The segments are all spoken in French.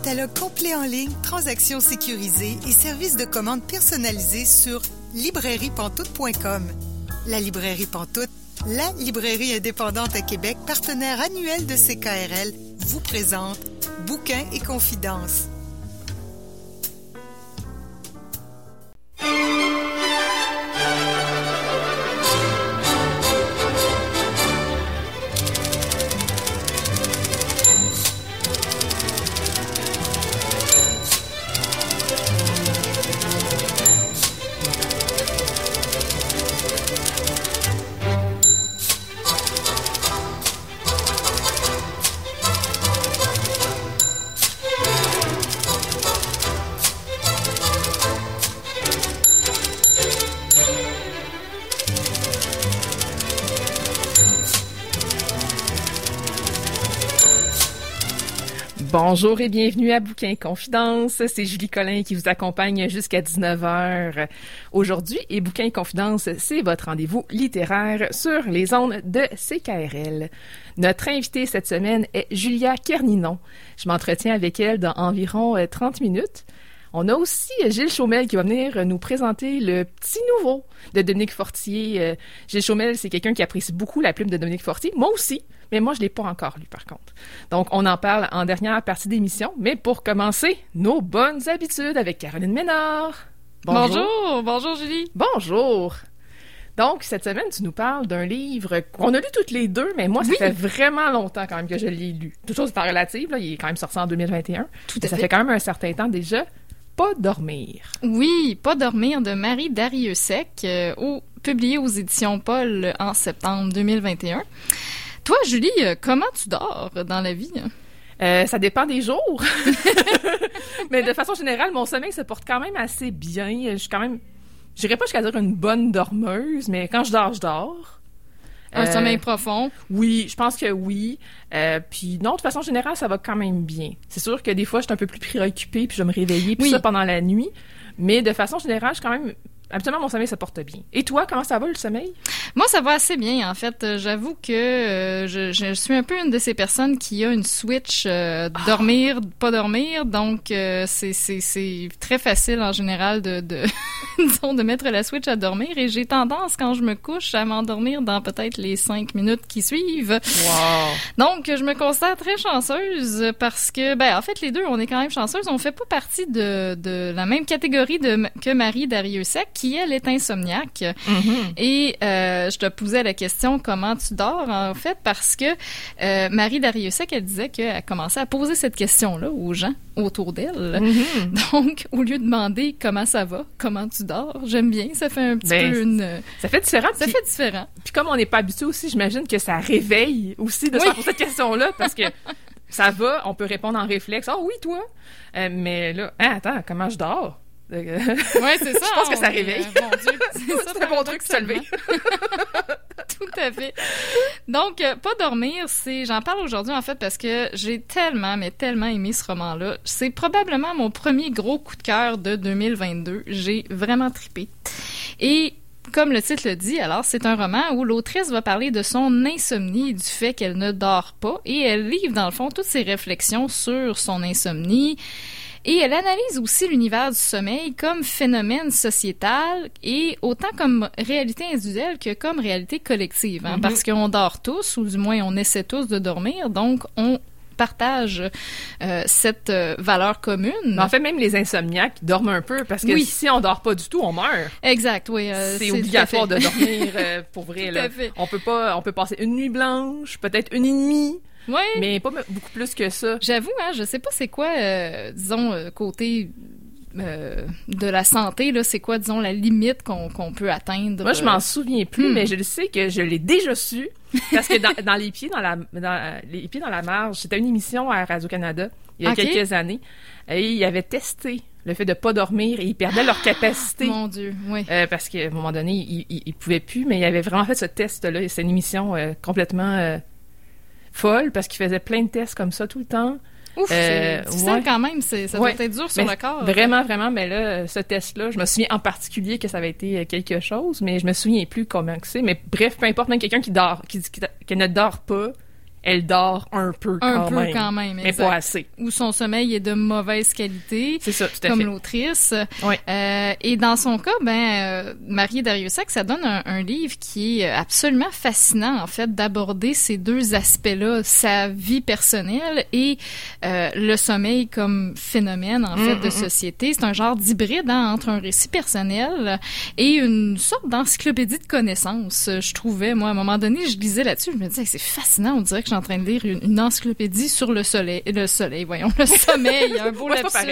catalogue complet en ligne, transactions sécurisées et services de commande personnalisés sur librairiepantoute.com. La Librairie Pantoute, la librairie indépendante à Québec, partenaire annuel de CKRL, vous présente Bouquins et Confidences. Bonjour et bienvenue à Bouquins et Confidences. C'est Julie Collin qui vous accompagne jusqu'à 19h aujourd'hui. Et Bouquins et Confidences, c'est votre rendez-vous littéraire sur les ondes de CKRL. Notre invitée cette semaine est Julia Kerninon. Je m'entretiens avec elle dans environ 30 minutes. On a aussi Gilles Chaumel qui va venir nous présenter le petit nouveau de Dominique Fortier. Gilles Chaumel, c'est quelqu'un qui apprécie beaucoup la plume de Dominique Fortier. Moi aussi, mais moi, je l'ai pas encore lu, par contre. Donc, on en parle en dernière partie d'émission. Mais pour commencer, nos bonnes habitudes avec Caroline Ménard. Bonjour! Bonjour, Julie! Bonjour! Donc, cette semaine, tu nous parles d'un livre qu'on a lu toutes les deux, mais moi, ça fait vraiment longtemps quand même que je l'ai lu. Toute chose étant relative, là, il est quand même sorti en 2021. Tout à fait. Ça fait quand même un certain temps déjà. Pas dormir. Oui, Pas dormir de Marie Dariussec, publié aux éditions Paul en septembre 2021. Toi, Julie, comment tu dors dans la vie? Ça dépend des jours. Mais de façon générale, mon sommeil se porte quand même assez bien. Je suis quand même, j'irais pas jusqu'à dire une bonne dormeuse, mais quand je dors. Un sommeil profond? Oui, je pense que oui. Puis non, de façon générale, ça va quand même bien. C'est sûr que des fois, je suis un peu plus préoccupée, puis je vais me réveiller, puis ça pendant la nuit. Mais de façon générale, je suis quand même... Habituellement, mon sommeil se porte bien. Et toi, comment ça va, le sommeil? Moi, ça va assez bien, en fait. J'avoue que je suis un peu une de ces personnes qui a une switch dormir, pas dormir. Donc, c'est très facile, en général, disons, de mettre la switch à dormir. Et j'ai tendance, quand je me couche, à m'endormir dans peut-être les 5 minutes qui suivent. Wow! Donc, je me considère très chanceuse parce que, en fait, les deux, on est quand même chanceuses. On fait pas partie de la même catégorie que Marie Dariussec, qui, elle, est insomniaque. Mm-hmm. Et je te posais la question comment tu dors, en fait, parce que Marie Dariussec, elle disait qu'elle commençait à poser cette question-là aux gens autour d'elle. Mm-hmm. Donc, au lieu de demander comment ça va, comment tu dors, j'aime bien, ça fait un petit peu une... Ça fait différent. Ça fait différent. Puis comme on n'est pas habitué aussi, j'imagine que ça réveille aussi de se faire poser cette question-là, parce que ça va, on peut répondre en réflexe. « Ah oui, toi! Mais là, attends, comment je dors? » Oui, c'est ça. Je pense que ça réveille. Mon Dieu, c'est un bon truc de se lever. Tout à fait. Donc, Pas dormir, j'en parle aujourd'hui, en fait, parce que j'ai tellement aimé ce roman-là. C'est probablement mon premier gros coup de cœur de 2022. J'ai vraiment trippé. Et comme le titre le dit, alors, c'est un roman où l'autrice va parler de son insomnie et du fait qu'elle ne dort pas. Et elle livre, dans le fond, toutes ses réflexions sur son insomnie. Et elle analyse aussi l'univers du sommeil comme phénomène sociétal et autant comme réalité individuelle que comme réalité collective. Hein, parce qu'on dort tous, ou du moins on essaie tous de dormir, donc on partage cette valeur commune. Mais en fait, même les insomniaques dorment un peu, parce que si on dort pas du tout, on meurt. Exact, oui. C'est obligatoire de dormir, pour vrai. Tout Là. à fait. On peut passer une nuit blanche, peut-être une et demie. Oui. Mais pas beaucoup plus que ça. J'avoue, hein, je sais pas c'est quoi, disons, côté de la santé, là, c'est quoi, disons, la limite qu'on peut atteindre. Moi, je m'en souviens plus, mais je le sais que je l'ai déjà su. Parce que dans les pieds dans la marge, c'était une émission à Radio-Canada, il y a quelques années, et ils avaient testé le fait de pas dormir et ils perdaient leur capacité. Mon Dieu, oui. Parce qu'à un moment donné, ils pouvaient plus, mais ils avaient vraiment fait ce test-là, et c'est une émission complètement... folle, parce qu'il faisait plein de tests comme ça tout le temps. Ouf, c'est difficile quand même, ça doit être dur sur le corps. Vraiment, mais là, ce test-là, je me souviens en particulier que ça avait été quelque chose, mais je me souviens plus comment que c'est. Mais bref, peu importe, même quelqu'un qui ne dort pas, elle dort un peu quand même, mais pas assez. Ou son sommeil est de mauvaise qualité. C'est ça, tout à fait. Comme l'autrice. Oui. Et dans son cas, Marie Darrieussecq, ça donne un livre qui est absolument fascinant, en fait, d'aborder ces deux aspects-là, sa vie personnelle et le sommeil comme phénomène, en fait, de société. C'est un genre d'hybride entre un récit personnel et une sorte d'encyclopédie de connaissances, je trouvais. Moi, à un moment donné, je lisais là-dessus, je me disais, c'est fascinant, on dirait que je suis en train de lire une encyclopédie sur le sommeil, le sommeil, un beau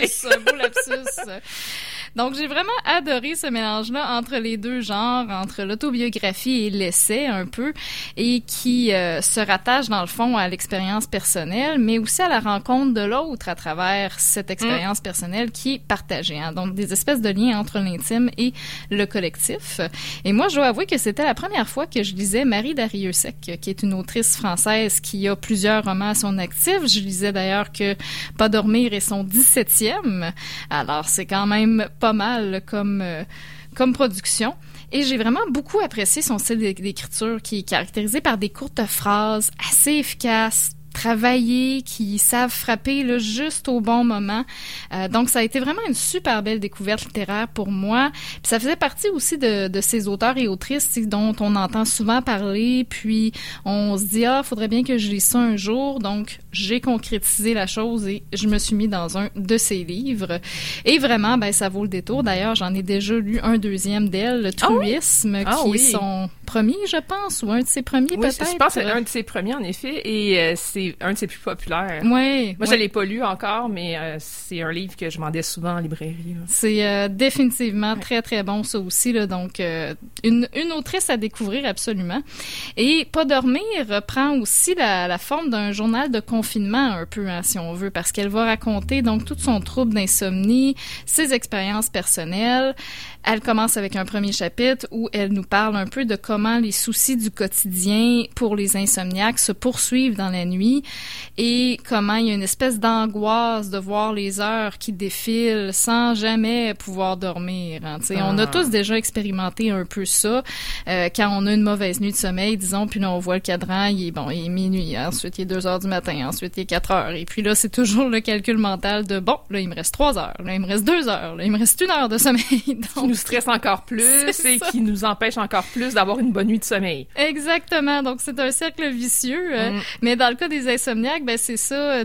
lapsus. Donc, j'ai vraiment adoré ce mélange-là entre les deux genres, entre l'autobiographie et l'essai un peu, et qui se rattache dans le fond à l'expérience personnelle, mais aussi à la rencontre de l'autre à travers cette expérience personnelle qui est partagée. Hein. Donc, des espèces de liens entre l'intime et le collectif. Et moi, je dois avouer que c'était la première fois que je lisais Marie Darrieussecq, qui est une autrice française qui a plusieurs romans à son actif. Je lisais d'ailleurs que Pas dormir est son 17e. Alors, c'est quand même pas mal comme production. Et j'ai vraiment beaucoup apprécié son style d'écriture qui est caractérisé par des courtes phrases assez efficaces, travaillées, qui savent frapper là, juste au bon moment. Donc, ça a été vraiment une super belle découverte littéraire pour moi. Puis ça faisait partie aussi de ces auteurs et autrices dont on entend souvent parler, puis on se dit « Ah, faudrait bien que je lise ça un jour ». Donc, j'ai concrétisé la chose et je me suis mis dans un de ses livres. Et vraiment, ça vaut le détour. D'ailleurs, j'en ai déjà lu un deuxième d'elle, Le Truisme, qui est son premier, je pense, ou un de ses premiers, peut-être. Je pense que c'est un de ses premiers, en effet, et c'est un de ses plus populaires. Oui. Moi, je l'ai pas lu encore, mais c'est un livre que je vendais souvent en librairie. Là. C'est définitivement très, très bon, ça aussi. Là, donc, une autrice à découvrir absolument. Et Pas dormir prend aussi la forme d'un journal de confinement, un peu, hein, si on veut, parce qu'elle va raconter donc tout son trouble d'insomnie, ses expériences personnelles. Elle commence avec un premier chapitre où elle nous parle un peu de comment les soucis du quotidien pour les insomniaques se poursuivent dans la nuit et comment il y a une espèce d'angoisse de voir les heures qui défilent sans jamais pouvoir dormir. Hein. On a tous déjà expérimenté un peu ça quand on a une mauvaise nuit de sommeil, disons, puis là on voit le cadran, il est minuit, hein. Ensuite il est 2 heures du matin, ensuite il est 4 heures, et puis là c'est toujours le calcul mental de bon, là il me reste 3 heures, là il me reste 2 heures, là il me reste 1 heure de sommeil. Donc, qui nous stresse encore plus et qui nous empêche encore plus d'avoir une bonne nuit de sommeil. Exactement. Donc, c'est un cercle vicieux. Mais dans le cas des insomniaques, c'est ça,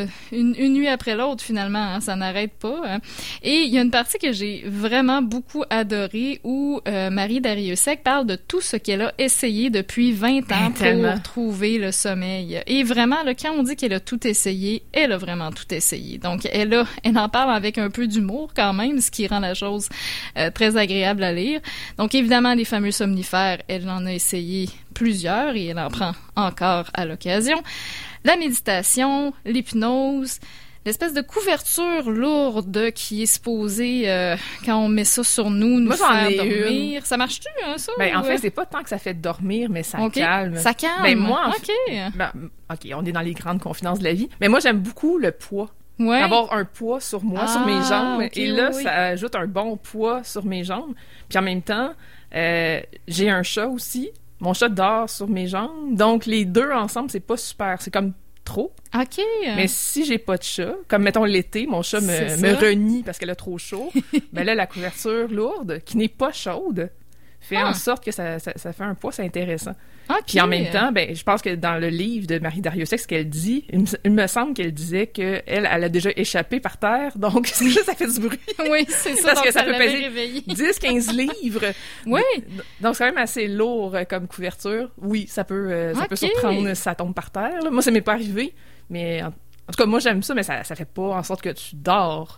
une nuit après l'autre, finalement. Hein, ça n'arrête pas. Hein. Et il y a une partie que j'ai vraiment beaucoup adorée où Marie Darrieussecq parle de tout ce qu'elle a essayé depuis 20 ans pour trouver le sommeil. Et vraiment, là, quand on dit qu'elle a tout essayé, elle a vraiment tout essayé. Donc, elle en parle avec un peu d'humour quand même, ce qui rend la chose très agréable à lire. Donc, évidemment, les fameux somnifères, elle en a essayé plusieurs et elle en prend encore à l'occasion. La méditation, l'hypnose, l'espèce de couverture lourde qui est supposée, quand on met ça sur nous faire dormir. Ça marche-tu, hein, ça? En fait, c'est pas tant que ça fait dormir, mais ça calme. Ça calme? Moi, OK, on est dans les grandes confidences de la vie. Mais moi, j'aime beaucoup le poids. Ouais. D'avoir un poids sur moi, sur mes jambes. Et là, ça ajoute un bon poids sur mes jambes. Puis en même temps, j'ai un chat aussi. Mon chat dort sur mes jambes. Donc, les deux ensemble, c'est pas super. C'est comme trop. OK. Mais si j'ai pas de chat, comme mettons l'été, mon chat me renie parce qu'elle a trop chaud, là, la couverture lourde, qui n'est pas chaude, fait en sorte que ça fait un poids, c'est intéressant. Okay. Puis en même temps, je pense que dans le livre de Marie Darrieussecq, ce qu'elle dit, il me semble qu'elle disait qu'elle a déjà échappé par terre, donc ça fait du bruit. Oui, c'est ça. Parce que ça peut peser 10-15 livres. Oui. Donc c'est quand même assez lourd comme couverture. Oui, ça peut surprendre si ça tombe par terre. Là. Moi, ça m'est pas arrivé, mais en tout cas, moi j'aime ça, mais ça fait pas en sorte que tu dors.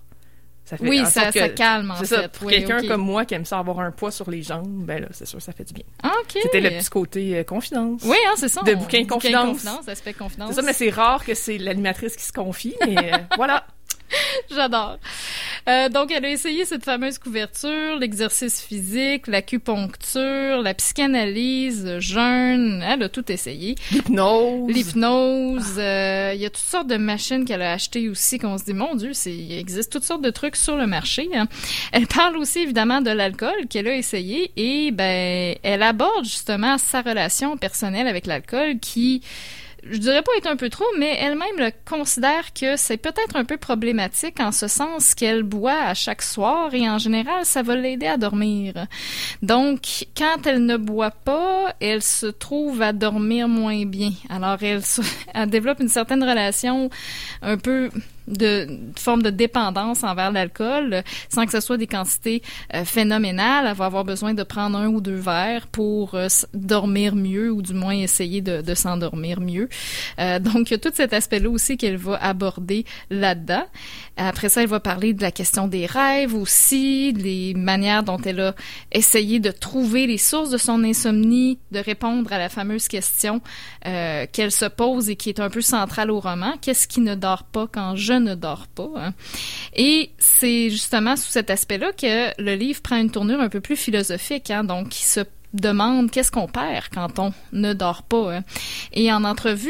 Ça calme, en fait. C'est ça. Pour quelqu'un comme moi qui aime ça avoir un poids sur les jambes, là, c'est sûr, ça fait du bien. OK. C'était le petit côté confidence. Oui, hein, c'est ça. De bouquin confidence. Aspect confidence. C'est ça, mais c'est rare que c'est l'animatrice qui se confie, mais voilà. J'adore. Donc, elle a essayé cette fameuse couverture, l'exercice physique, l'acupuncture, la psychanalyse, le jeûne. Elle a tout essayé. L'hypnose. Il y a toutes sortes de machines qu'elle a achetées aussi, qu'on se dit, mon Dieu, il existe toutes sortes de trucs sur le marché. Hein. Elle parle aussi, évidemment, de l'alcool qu'elle a essayé et, elle aborde justement sa relation personnelle avec l'alcool qui je dirais pas être un peu trop, mais elle-même considère que c'est peut-être un peu problématique en ce sens qu'elle boit à chaque soir et en général, ça va l'aider à dormir. Donc, quand elle ne boit pas, elle se trouve à dormir moins bien. Alors, elle développe une certaine relation un peu de forme de dépendance envers l'alcool, sans que ce soit des quantités phénoménales. Elle va avoir besoin de prendre 1 ou 2 verres pour dormir mieux, ou du moins essayer de s'endormir mieux. Donc, il y a tout cet aspect-là aussi qu'elle va aborder là-dedans. Après ça, elle va parler de la question des rêves aussi, les manières dont elle a essayé de trouver les sources de son insomnie, de répondre à la fameuse question qu'elle se pose et qui est un peu centrale au roman. Qu'est-ce qui ne dort pas quand je ne dors pas? Hein? Et c'est justement sous cet aspect-là que le livre prend une tournure un peu plus philosophique, hein? Donc, il se demande qu'est-ce qu'on perd quand on ne dort pas. Hein? Et en entrevue,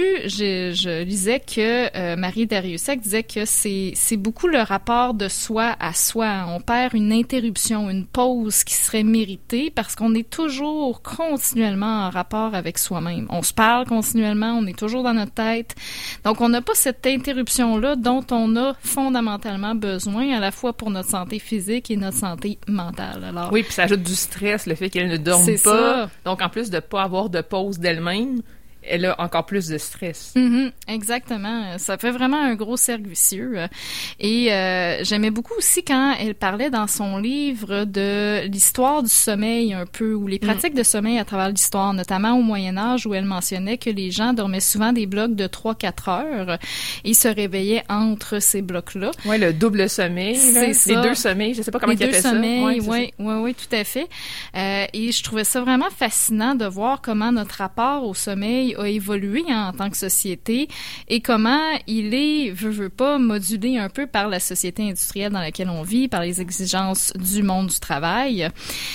je lisais que Marie Dariussec disait que c'est beaucoup le rapport de soi à soi. On perd une interruption, une pause qui serait méritée parce qu'on est toujours continuellement en rapport avec soi-même. On se parle continuellement, on est toujours dans notre tête. Donc, on n'a pas cette interruption-là dont on a fondamentalement besoin à la fois pour notre santé physique et notre santé mentale. Alors, oui, puis ça ajoute du stress, le fait qu'elle ne dorme pas. Donc, en plus de ne pas avoir de pause d'elle-même, elle a encore plus de stress. Exactement. Ça fait vraiment un gros cercle vicieux. Et j'aimais beaucoup aussi quand elle parlait dans son livre de l'histoire du sommeil un peu, ou les pratiques de sommeil à travers l'histoire, notamment au Moyen-Âge, où elle mentionnait que les gens dormaient souvent des blocs de 3-4 heures et se réveillaient entre ces blocs-là. Oui, le double sommeil. C'est ça. Les 2 sommeils, je ne sais pas comment ils appellent ça. Oui, tout à fait. Et je trouvais ça vraiment fascinant de voir comment notre rapport au sommeil a évolué en tant que société et comment il est, veut pas, modulé un peu par la société industrielle dans laquelle on vit, par les exigences du monde du travail.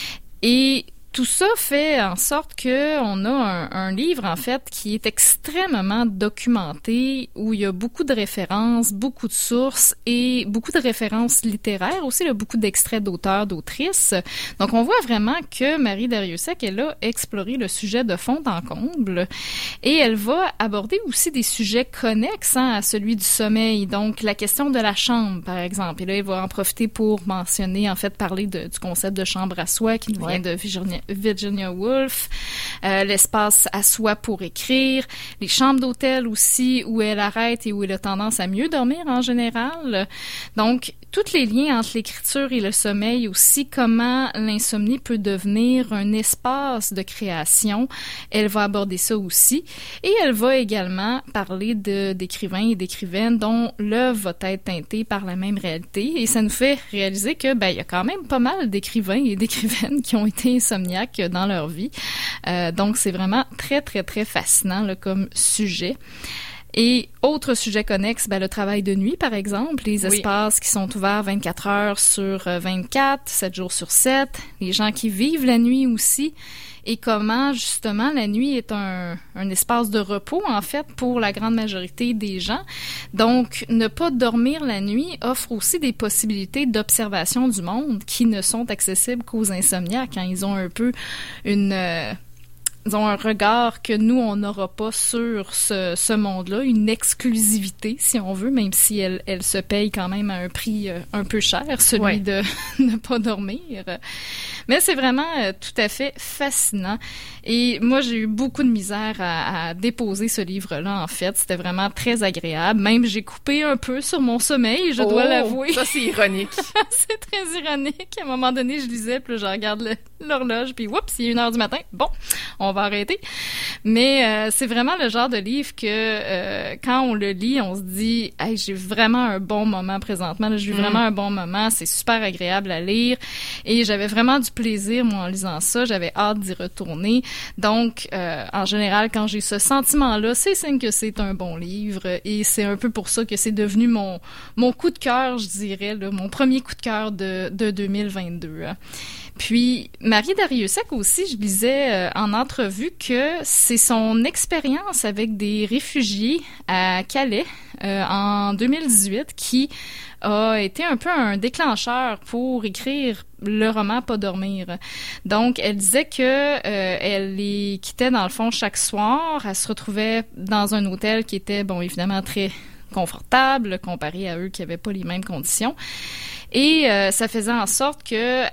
Et tout ça fait en sorte que on a un livre, en fait, qui est extrêmement documenté, où il y a beaucoup de références, beaucoup de sources et beaucoup de références littéraires aussi, là, beaucoup d'extraits d'auteurs, d'autrices. Donc, on voit vraiment que Marie Dariussec, elle a exploré le sujet de fond en comble et elle va aborder aussi des sujets connexes à celui du sommeil. Donc, la question de la chambre, par exemple. Et là, elle va en profiter pour mentionner, en fait, parler du concept de chambre à soi qui nous vient de Virginia Woolf, l'espace à soi pour écrire, les chambres d'hôtel aussi où elle arrête et où elle a tendance à mieux dormir en général. Donc, tous les liens entre l'écriture et le sommeil aussi, comment l'insomnie peut devenir un espace de création. Elle va aborder ça aussi. Et elle va également parler d'écrivains et d'écrivaines dont l'œuvre va être teintée par la même réalité. Et ça nous fait réaliser que, il y a quand même pas mal d'écrivains et d'écrivaines qui ont été insomniaques dans leur vie. Donc, c'est vraiment très, très, très fascinant là, comme sujet. Et autre sujet connexe, le travail de nuit, par exemple, les espaces qui sont ouverts 24 heures sur 24, 7 jours sur 7, les gens qui vivent la nuit aussi, et comment, justement, la nuit est un espace de repos, en fait, pour la grande majorité des gens. Donc, ne pas dormir la nuit offre aussi des possibilités d'observation du monde qui ne sont accessibles qu'aux insomniaques, quand ils ont un peu ils ont un regard que nous, on n'aura pas sur ce monde-là, une exclusivité, si on veut, même si elle se paye quand même à un prix un peu cher, celui de ne pas dormir. Mais c'est vraiment tout à fait fascinant. Et moi, j'ai eu beaucoup de misère à déposer ce livre-là, en fait. C'était vraiment très agréable. Même, j'ai coupé un peu sur mon sommeil, je dois l'avouer. Ça, c'est ironique. C'est très ironique. À un moment donné, je lisais, puis je regarde l'horloge, puis oups, il est 1h du matin. Bon, on va arrêter. Mais c'est vraiment le genre de livre que quand on le lit, on se dit hey, j'ai vraiment un bon moment présentement. Là, j'ai eu vraiment un bon moment. C'est super agréable à lire. Et j'avais vraiment du plaisir, moi, en lisant ça. J'avais hâte d'y retourner. Donc, en général, quand j'ai ce sentiment-là, c'est signe que c'est un bon livre. Et c'est un peu pour ça que c'est devenu mon coup de cœur, je dirais, là, mon premier coup de cœur de 2022. Puis, Marie Dariussec aussi, je lisais en entrevue que c'est son expérience avec des réfugiés à Calais en 2018 qui a été un peu un déclencheur pour écrire le roman Pas dormir. Donc, elle disait que elle les quittait dans le fond chaque soir. Elle se retrouvait dans un hôtel qui était, bon, évidemment très confortable comparé à eux qui n'avaient pas les mêmes conditions. Et ça faisait en sorte que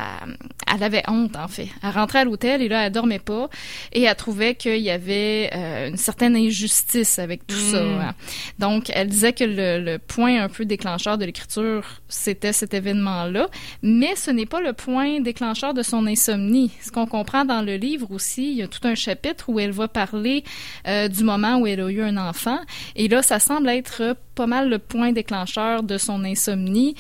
elle avait honte, en fait. Elle rentrait à l'hôtel et là, elle dormait pas et elle trouvait qu'il y avait une certaine injustice avec tout ça. Hein. Donc, elle disait que le point un peu déclencheur de l'écriture, c'était cet événement-là, mais ce n'est pas le point déclencheur de son insomnie. Ce qu'on comprend dans le livre aussi, il y a tout un chapitre où elle va parler du moment où elle a eu un enfant et là, ça semble être pas mal le point déclencheur de son insomnie.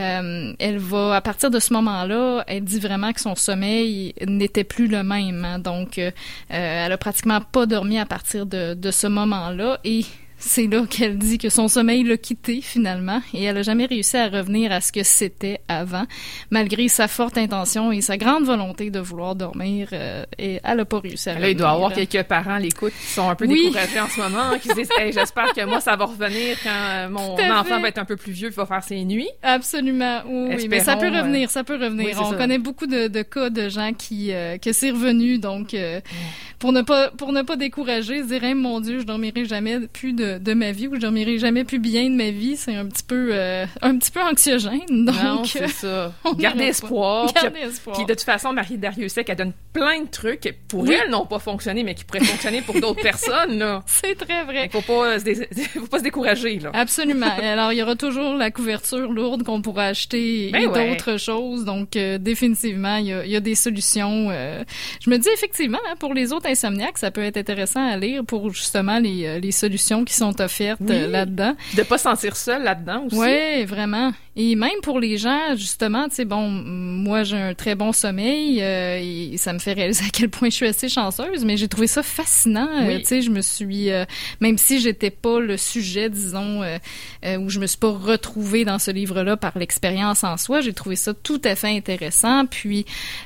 Elle va, à partir de ce moment-là, elle dit vraiment que son sommeil n'était plus le même. Hein. Donc, elle a pratiquement pas dormi à partir de ce moment-là et c'est là qu'elle dit que son sommeil l'a quitté finalement et elle a jamais réussi à revenir à ce que c'était avant, malgré sa forte intention et sa grande volonté de vouloir dormir. Et elle a pas réussi à revenir. Là, il doit y avoir quelques parents à l'écoute qui sont un peu découragés en ce moment, qui se disent hey, j'espère que moi ça va revenir quand mon enfant va être un peu plus vieux, il va faire ses nuits. Absolument, oui, mais ça peut revenir, ça peut revenir. Oui, on connaît beaucoup de cas de gens que c'est revenu, donc pour ne pas décourager, se dire hey, mon Dieu, je dormirai jamais plus de ma vie ou je dormirai jamais plus bien de ma vie, c'est un petit peu anxiogène. Donc, non, c'est ça. Gardez espoir. Puis de toute façon, Marie Dariussec, elle donne plein de trucs pour elle n'ont pas fonctionné, mais qui pourraient fonctionner pour d'autres personnes. Là. C'est très vrai. Il faut pas se décourager. Là. Absolument. Alors, il y aura toujours la couverture lourde qu'on pourra acheter et d'autres choses. Donc, définitivement, il y a des solutions. Je me dis effectivement, hein, pour les autres insomniaques, ça peut être intéressant à lire pour justement les solutions qui sont offertes là-dedans. De pas se sentir seul là-dedans aussi. Oui, vraiment. Et même pour les gens, justement, tu sais, bon, moi, j'ai un très bon sommeil et ça me fait réaliser à quel point je suis assez chanceuse, mais j'ai trouvé ça fascinant. Tu sais, je me suis, même si j'étais pas le sujet, disons, où je me suis pas retrouvée dans ce livre-là par l'expérience en soi, j'ai trouvé ça tout à fait intéressant, puis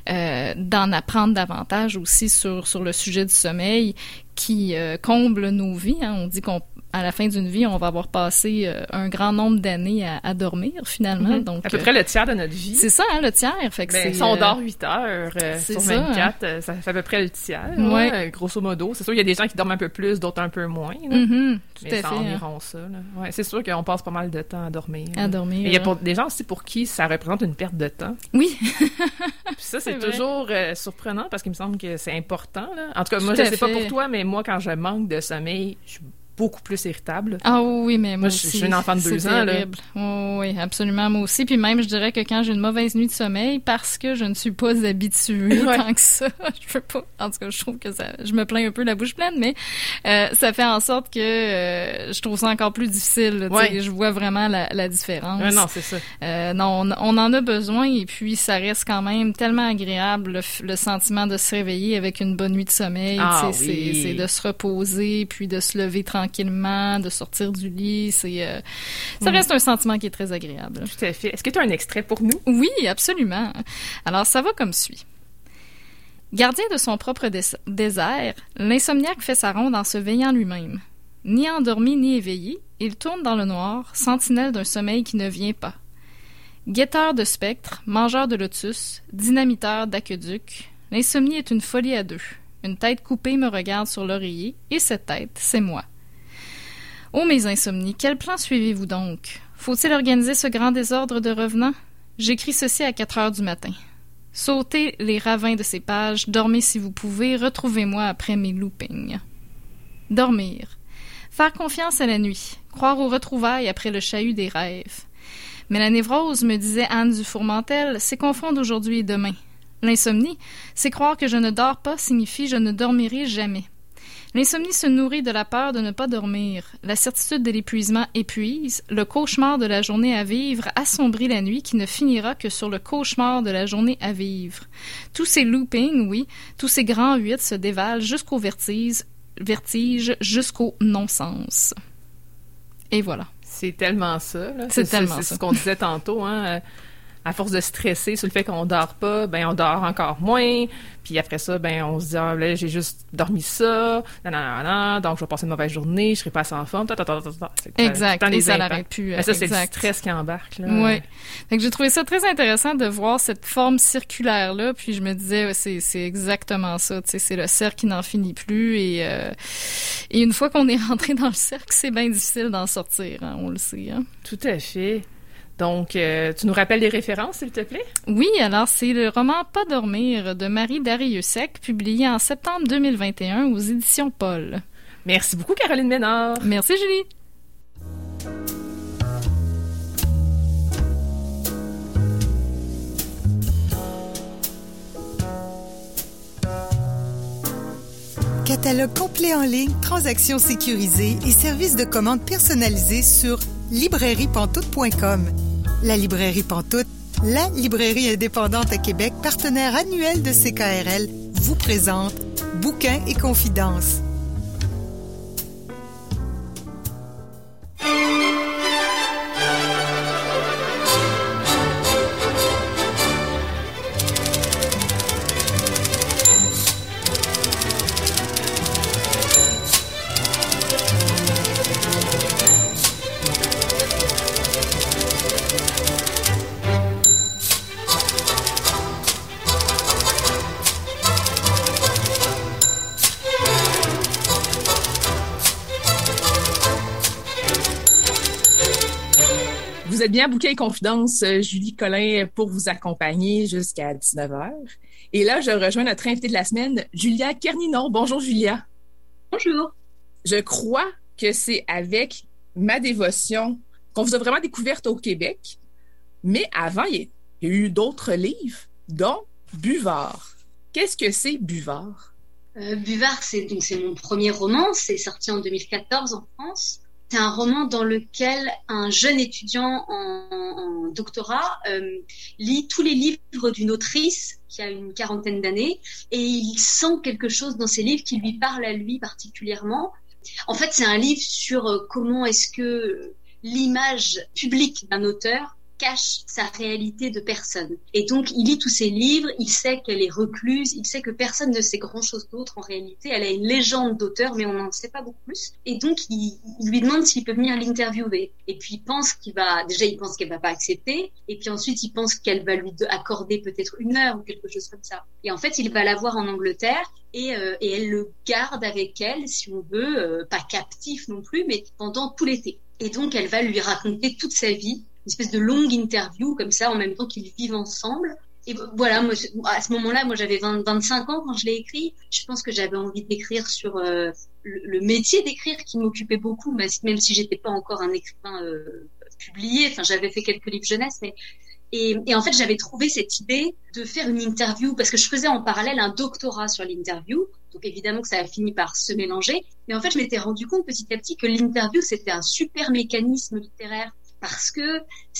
d'en apprendre davantage aussi sur le sujet du sommeil qui comble nos vies. Hein. On dit qu'à la fin d'une vie, on va avoir passé un grand nombre d'années à dormir, finalement. Donc, à peu près le tiers de notre vie. C'est ça, hein, le tiers. Fait que si on dort 8 heures sur 24, hein. Ça fait à peu près le tiers, grosso modo. C'est sûr, il y a des gens qui dorment un peu plus, d'autres un peu moins. Là. Tout mais à ça fait. Environ ça. Là. Ouais, c'est sûr qu'on passe pas mal de temps à dormir. À dormir. Mais il y a des gens aussi pour qui ça représente une perte de temps. Oui. Puis ça, c'est toujours surprenant parce qu'il me semble que c'est important. Là. En tout cas, moi, je sais pas pour toi, mais moi, quand je manque de sommeil, je suis beaucoup plus irritable. Ah oui, mais moi aussi. Je suis une enfant de 2 ans. Terrible. Oh, oui, absolument. Moi aussi. Puis même, je dirais que quand j'ai une mauvaise nuit de sommeil, parce que je ne suis pas habituée tant que ça, je peux pas. En tout cas, je trouve que je me plains un peu la bouche pleine, mais ça fait en sorte que je trouve ça encore plus difficile. Je vois vraiment la différence. Non, c'est ça. Non, on en a besoin et puis ça reste quand même tellement agréable le sentiment de se réveiller avec une bonne nuit de sommeil. C'est de se reposer puis de se lever tranquillement, de sortir du lit. Ça reste un sentiment qui est très agréable. Tout à fait. Est-ce que tu as un extrait pour nous? Oui, absolument. Alors, ça va comme suit. Gardien de son propre désert, l'insomniaque fait sa ronde en se veillant lui-même. Ni endormi ni éveillé, il tourne dans le noir, sentinelle d'un sommeil qui ne vient pas. Guetteur de spectres, mangeur de lotus, dynamiteur d'aqueduc, l'insomnie est une folie à deux. Une tête coupée me regarde sur l'oreiller, et cette tête, c'est moi. Ô mes insomnies, quel plan suivez-vous donc? Faut-il organiser ce grand désordre de revenants? J'écris ceci à 4 heures du matin. Sautez les ravins de ces pages, dormez si vous pouvez, retrouvez-moi après mes loopings. Dormir. Faire confiance à la nuit, croire aux retrouvailles après le chahut des rêves. Mais la névrose, me disait Anne Dufourmentel, c'est confondre aujourd'hui et demain. L'insomnie, c'est croire que je ne dors pas signifie je ne dormirai jamais. L'insomnie se nourrit de la peur de ne pas dormir. La certitude de l'épuisement épuise. Le cauchemar de la journée à vivre assombrit la nuit qui ne finira que sur le cauchemar de la journée à vivre. Tous ces loopings, oui, tous ces grands 8 se dévalent jusqu'au vertige, jusqu'au non-sens. Et voilà. C'est tellement ça. Là. C'est tellement ça. C'est ce qu'on disait tantôt, hein. à force de stresser sur le fait qu'on dort pas, ben on dort encore moins. Puis après ça, ben on se dit ah là j'ai juste dormi ça, donc je vais passer une mauvaise journée, je serai pas assez en forme. Exact. Et ça n'arrête plus. Mais ça c'est le stress qui embarque là. Oui. Donc j'ai trouvé ça très intéressant de voir cette forme circulaire là. Puis je me disais c'est exactement ça. Tu sais, c'est le cercle qui n'en finit plus et une fois qu'on est rentré dans le cercle, c'est bien difficile d'en sortir. Hein, on le sait. Hein. Tout à fait. Donc, tu nous rappelles les références, s'il te plaît? Oui, alors c'est le roman Pas dormir de Marie Dariussec, publié en septembre 2021 aux éditions Paul. Merci beaucoup, Caroline Ménard. Merci, Julie. Catalogue complet en ligne, transactions sécurisées et services de commande personnalisés sur librairiepantoute.com. La librairie Pantoute, la librairie indépendante à Québec, partenaire annuel de CKRL, vous présente Bouquins et confidences. Vous êtes bien à Bouquins et Confidences, Julie Collin pour vous accompagner jusqu'à 19h. Et là, je rejoins notre invitée de la semaine, Julia Kerninon. Bonjour, Julia. Bonjour. Je crois que c'est avec Ma dévotion qu'on vous a vraiment découverte au Québec. Mais avant, il y a eu d'autres livres, dont Buvard. Qu'est-ce que c'est Buvard? Buvard, c'est mon premier roman. C'est sorti en 2014 en France. C'est un roman dans lequel un jeune étudiant en doctorat lit tous les livres d'une autrice qui a une quarantaine d'années et il sent quelque chose dans ces livres qui lui parle à lui particulièrement. En fait, c'est un livre sur comment est-ce que l'image publique d'un auteur cache sa réalité de personne. Et donc, il lit tous ses livres, il sait qu'elle est recluse, il sait que personne ne sait grand-chose d'autre en réalité. Elle a une légende d'auteur, mais on n'en sait pas beaucoup plus. Et donc, il lui demande s'il peut venir l'interviewer. Et puis, il pense qu'il pense qu'elle va pas accepter. Et puis ensuite, il pense qu'elle va lui accorder peut-être 1 heure ou quelque chose comme ça. Et en fait, il va la voir en Angleterre et elle le garde avec elle, si on veut, pas captif non plus, mais pendant tout l'été. Et donc, elle va lui raconter toute sa vie, une espèce de longue interview comme ça, en même temps qu'ils vivent ensemble. Et voilà, moi, à ce moment-là, moi j'avais 25 ans quand je l'ai écrit. Je pense que j'avais envie d'écrire sur le métier d'écrire qui m'occupait beaucoup, même si j'étais pas encore un écrivain publié. Enfin, j'avais fait quelques livres jeunesse, mais et en fait, j'avais trouvé cette idée de faire une interview parce que je faisais en parallèle un doctorat sur l'interview. Donc évidemment que ça a fini par se mélanger. Mais en fait, je m'étais rendu compte petit à petit que l'interview, c'était un super mécanisme littéraire. Parce que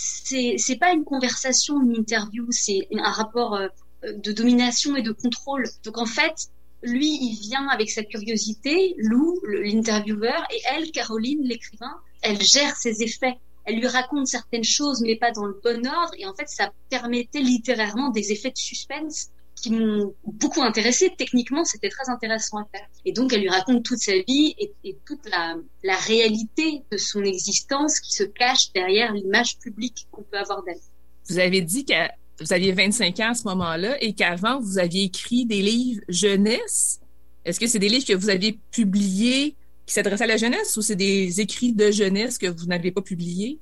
c'est pas une conversation, une interview, c'est un rapport de domination et de contrôle. Donc en fait, lui, il vient avec sa curiosité, Lou, l'intervieweur, et elle, Caroline, l'écrivain, elle gère ses effets. Elle lui raconte certaines choses, mais pas dans le bon ordre. Et en fait, ça permettait littérairement des effets de suspense qui m'ont beaucoup intéressée. Techniquement, c'était très intéressant à faire. Et donc, elle lui raconte toute sa vie et toute la réalité de son existence qui se cache derrière l'image publique qu'on peut avoir d'elle. Vous avez dit que vous aviez 25 ans à ce moment-là et qu'avant, vous aviez écrit des livres jeunesse. Est-ce que c'est des livres que vous aviez publiés qui s'adressaient à la jeunesse ou c'est des écrits de jeunesse que vous n'avez pas publiés?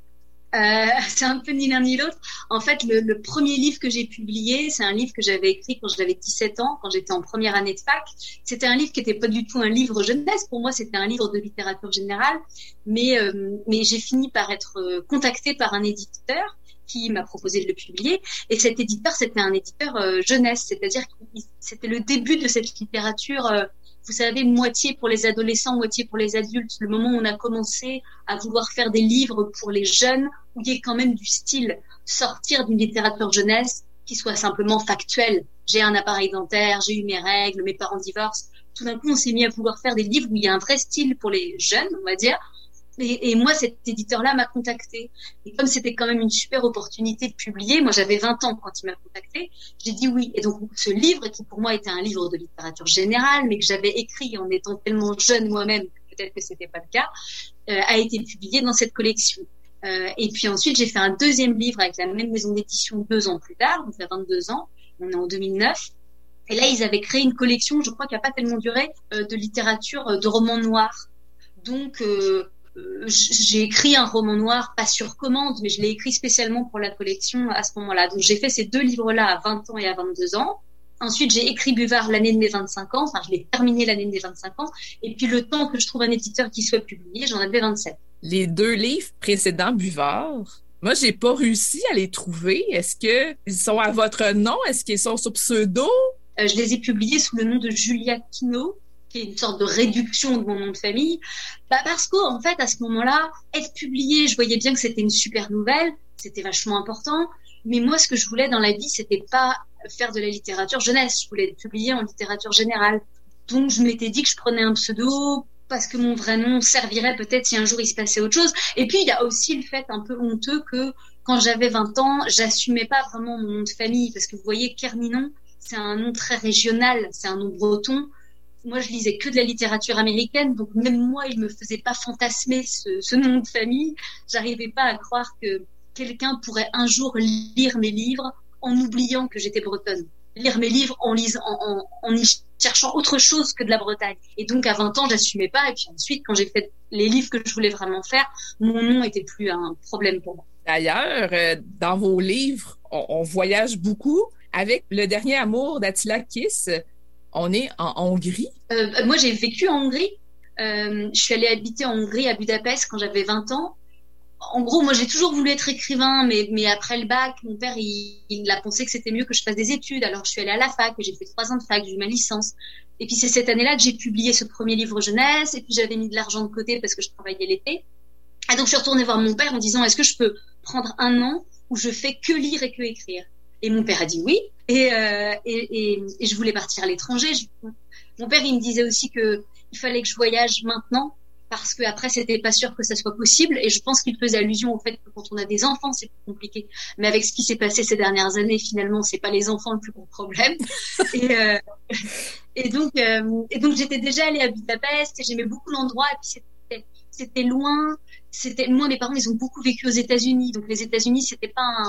C'est un peu ni l'un ni l'autre. En fait, le premier livre que j'ai publié, c'est un livre que j'avais écrit quand j'avais 17 ans, quand j'étais en première année de fac. C'était un livre qui n'était pas du tout un livre jeunesse. Pour moi, c'était un livre de littérature générale. Mais j'ai fini par être contactée par un éditeur qui m'a proposé de le publier. Et cet éditeur, c'était un éditeur jeunesse. C'est-à-dire que c'était le début de cette littérature vous savez, moitié pour les adolescents, moitié pour les adultes. Le moment où on a commencé à vouloir faire des livres pour les jeunes, où il y ait quand même du style, sortir d'une littérature jeunesse qui soit simplement factuelle. J'ai un appareil dentaire, j'ai eu mes règles, mes parents divorcent. Tout d'un coup, on s'est mis à vouloir faire des livres où il y a un vrai style pour les jeunes, on va dire. Et moi, cet éditeur-là m'a contacté. Et comme c'était quand même une super opportunité de publier, moi j'avais 20 ans quand il m'a contacté, j'ai dit oui. Et donc ce livre, qui pour moi était un livre de littérature générale, mais que j'avais écrit en étant tellement jeune moi-même, peut-être que c'était pas le cas, a été publié dans cette collection. Et puis ensuite, j'ai fait un deuxième livre avec la même maison d'édition 2 ans plus tard, donc il y a 22 ans, on est en 2009. Et là, ils avaient créé une collection, je crois, qui n'a pas tellement duré, de littérature, de romans noirs. Donc, j'ai écrit un roman noir, pas sur commande, mais je l'ai écrit spécialement pour la collection à ce moment-là. Donc, j'ai fait ces 2 livres-là à 20 ans et à 22 ans. Ensuite, j'ai écrit Buvard l'année de mes 25 ans. Enfin, je l'ai terminé l'année de mes 25 ans. Et puis, le temps que je trouve un éditeur qui soit publié, j'en avais 27. Les 2 livres précédents, Buvard, moi, j'ai pas réussi à les trouver. Est-ce qu'ils sont à votre nom? Est-ce qu'ils sont sous pseudo? Je les ai publiés sous le nom de Julia Quinault, qui est une sorte de réduction de mon nom de famille. Parce qu'en fait, à ce moment-là, être publié, je voyais bien que c'était une super nouvelle, c'était vachement important. Mais moi, ce que je voulais dans la vie, c'était pas faire de la littérature jeunesse. Je voulais être publiée en littérature générale. Donc, je m'étais dit que je prenais un pseudo parce que mon vrai nom servirait peut-être si un jour il se passait autre chose. Et puis, il y a aussi le fait un peu honteux que quand j'avais 20 ans, j'assumais pas vraiment mon nom de famille. Parce que vous voyez, Kerninon, c'est un nom très régional, c'est un nom breton. Moi, je lisais que de la littérature américaine, donc même moi, il me faisait pas fantasmer ce nom de famille. J'arrivais pas à croire que quelqu'un pourrait un jour lire mes livres en oubliant que j'étais bretonne. Lire mes livres en y cherchant autre chose que de la Bretagne. Et donc, à 20 ans, j'assumais pas. Et puis ensuite, quand j'ai fait les livres que je voulais vraiment faire, mon nom était plus un problème pour moi. D'ailleurs, dans vos livres, on voyage beaucoup. Avec Le Dernier Amour d'Attila Kiss, on est en Hongrie. Moi, j'ai vécu en Hongrie. Je suis allée habiter en Hongrie, à Budapest, quand j'avais 20 ans. En gros, moi, j'ai toujours voulu être écrivain, mais après le bac, mon père, il a pensé que c'était mieux que je fasse des études. Alors, je suis allée à la fac, j'ai fait 3 ans de fac, j'ai eu ma licence. Et puis, c'est cette année-là que j'ai publié ce premier livre jeunesse. Et puis, j'avais mis de l'argent de côté parce que je travaillais l'été. Et donc, je suis retournée voir mon père en disant, est-ce que je peux prendre un an où je fais que lire et que écrire? Et mon père a dit oui. Et je voulais partir à l'étranger. Mon père, il me disait aussi que il fallait que je voyage maintenant parce que après, c'était pas sûr que ça soit possible. Et je pense qu'il faisait allusion au fait que quand on a des enfants, c'est plus compliqué. Mais avec ce qui s'est passé ces dernières années, finalement, c'est pas les enfants le plus gros problème. Et donc, j'étais déjà allée à Budapest et j'aimais beaucoup l'endroit. Et puis c'était loin. Moi, mes parents, ils ont beaucoup vécu aux États-Unis. Donc, les États-Unis, c'était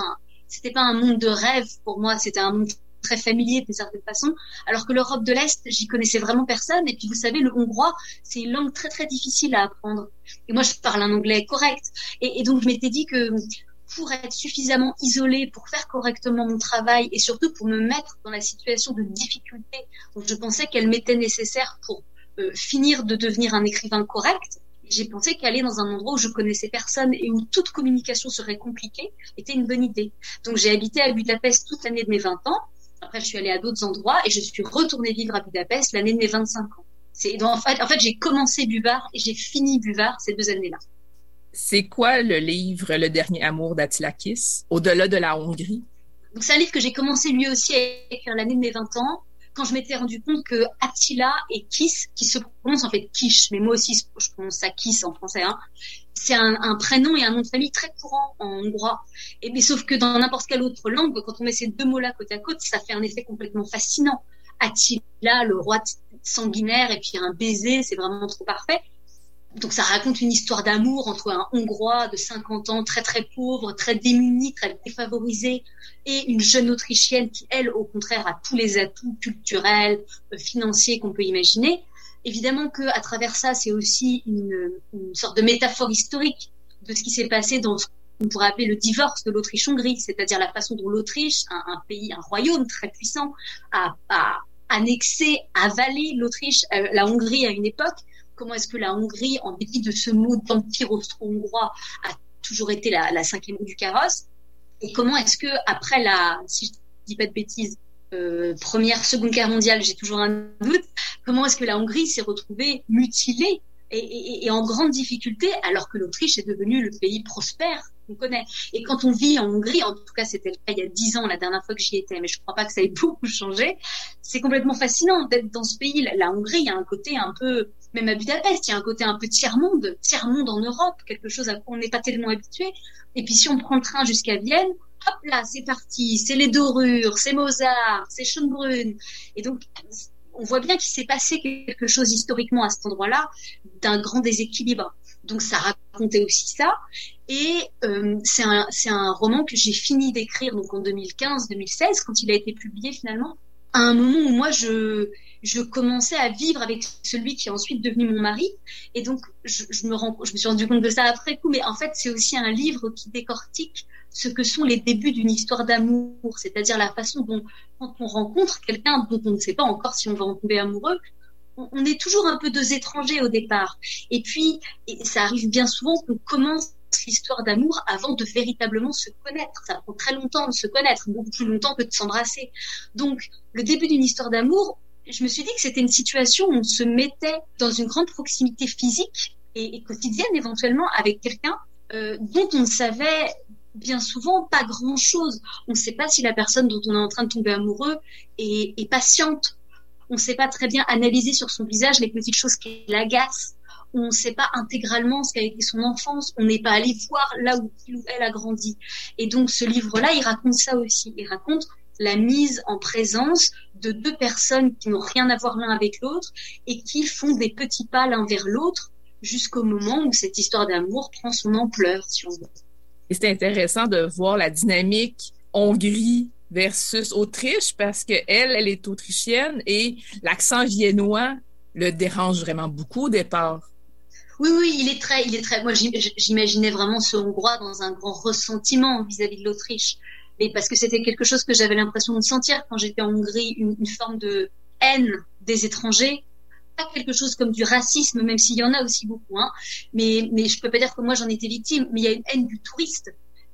pas un monde de rêve pour moi, c'était un monde très familier d'une certaine façon, alors que l'Europe de l'Est, j'y connaissais vraiment personne. Et puis vous savez, le hongrois, c'est une langue très très difficile à apprendre. Et moi, je parle un anglais correct. Et donc je m'étais dit que pour être suffisamment isolée, pour faire correctement mon travail et surtout pour me mettre dans la situation de difficulté, donc je pensais qu'elle m'était nécessaire pour finir de devenir un écrivain correct. J'ai pensé qu'aller dans un endroit où je connaissais personne et où toute communication serait compliquée était une bonne idée. Donc j'ai habité à Budapest toute l'année de mes 20 ans. Après, je suis allée à d'autres endroits et je suis retournée vivre à Budapest l'année de mes 25 ans. En fait, j'ai commencé Buvard et j'ai fini Buvard ces 2 années-là. C'est quoi le livre Le Dernier Amour d'Attila Kiss, au-delà de la Hongrie? Donc c'est un livre que j'ai commencé lui aussi à écrire l'année de mes 20 ans. Quand je m'étais rendu compte que Attila et Kiss, qui se prononce en fait Kish, mais moi aussi je prononce ça Kiss en français, hein, c'est un prénom et un nom de famille très courant en hongrois. Mais sauf que dans n'importe quelle autre langue, quand on met ces 2 mots-là côte à côte, ça fait un effet complètement fascinant. Attila, le roi sanguinaire, et puis un baiser, c'est vraiment trop parfait. Donc ça raconte une histoire d'amour entre un Hongrois de 50 ans, très très pauvre, très démuni, très défavorisé, et une jeune Autrichienne qui, elle, au contraire, a tous les atouts culturels, financiers qu'on peut imaginer. Évidemment que à travers ça, c'est aussi une sorte de métaphore historique de ce qui s'est passé dans ce qu'on pourrait appeler le divorce de l'Autriche-Hongrie, c'est-à-dire la façon dont l'Autriche, un pays, un royaume très puissant, a annexé, avalé l'Autriche, la Hongrie à une époque. Comment est-ce que la Hongrie, en dépit de ce mot d'empire austro-hongrois, a toujours été la 5e roue du carrosse? Et comment est-ce que, après si je dis pas de bêtises, Seconde Guerre mondiale, j'ai toujours un doute, comment est-ce que la Hongrie s'est retrouvée mutilée et en grande difficulté, alors que l'Autriche est devenue le pays prospère qu'on connaît. Et quand on vit en Hongrie, en tout cas c'était le cas il y a 10 ans, la dernière fois que j'y étais, mais je crois pas que ça ait beaucoup changé, c'est complètement fascinant d'être dans ce pays. La Hongrie, il y a un côté un peu même à Budapest, il y a un côté un peu tiers-monde en Europe, quelque chose à quoi on n'est pas tellement habitué. Et puis si on prend le train jusqu'à Vienne, hop là, c'est parti, c'est les dorures, c'est Mozart, c'est Schönbrunn. Et donc, on voit bien qu'il s'est passé quelque chose historiquement à cet endroit-là, d'un grand déséquilibre. Donc ça racontait aussi ça. Et c'est un roman que j'ai fini d'écrire donc en 2015-2016, quand il a été publié finalement, à un moment où moi je commençais à vivre avec celui qui est ensuite devenu mon mari. Et donc je me suis rendu compte de ça après coup, mais en fait c'est aussi un livre qui décortique ce que sont les débuts d'une histoire d'amour, c'est-à-dire la façon dont, quand on rencontre quelqu'un dont on ne sait pas encore si on va en tomber amoureux, on est toujours un peu deux étrangers au départ. Et puis, ça arrive bien souvent qu'on commence l'histoire d'amour avant de véritablement se connaître. Ça prend très longtemps de se connaître, beaucoup plus longtemps que de s'embrasser. Donc, le début d'une histoire d'amour, je me suis dit que c'était une situation où on se mettait dans une grande proximité physique et quotidienne éventuellement avec quelqu'un dont on ne savait bien souvent pas grand-chose. On ne sait pas si la personne dont on est en train de tomber amoureux est patiente. On ne sait pas très bien analyser sur son visage les petites choses qui l'agacent. On ne sait pas intégralement ce qu'a été son enfance. On n'est pas allé voir là où il ou elle a grandi. Et donc ce livre-là, il raconte ça aussi. Il raconte la mise en présence de deux personnes qui n'ont rien à voir l'un avec l'autre et qui font des petits pas l'un vers l'autre jusqu'au moment où cette histoire d'amour prend son ampleur, si on veut. Et c'est intéressant de voir la dynamique Hongrie versus Autriche parce que elle est autrichienne et l'accent viennois le dérange vraiment beaucoup au départ. Oui, il est très. Moi, j'imaginais vraiment ce Hongrois dans un grand ressentiment vis-à-vis de l'Autriche, mais parce que c'était quelque chose que j'avais l'impression de sentir quand j'étais en Hongrie, une forme de haine des étrangers. Pas quelque chose comme du racisme, même s'il y en a aussi beaucoup, hein. Mais je peux pas dire que moi j'en étais victime, mais il y a une haine du touriste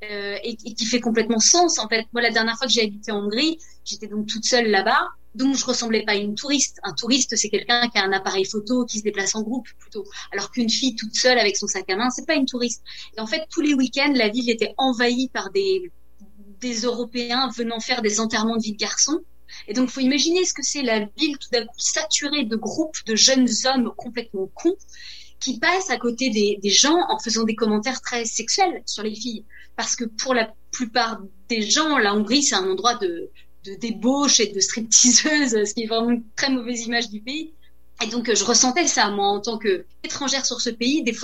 et qui fait complètement sens en fait. Moi, la dernière fois que j'ai habité en Hongrie, j'étais donc toute seule là-bas, donc je ressemblais pas à une touriste. Un touriste, c'est quelqu'un qui a un appareil photo, qui se déplace en groupe plutôt, alors qu'une fille toute seule avec son sac à main, c'est pas une touriste. Et en fait, tous les week-ends, la ville était envahie par des Européens venant faire des enterrements de vie de garçons. Et donc, faut imaginer ce que c'est la ville tout d'un coup saturée de groupes de jeunes hommes complètement cons qui passent à côté des gens en faisant des commentaires très sexuels sur les filles. Parce que pour la plupart des gens, la Hongrie, c'est un endroit de débauche et de stripteaseuse, ce qui est vraiment une très mauvaise image du pays. Et donc, je ressentais ça, moi, en tant qu'étrangère sur ce pays. Des fois,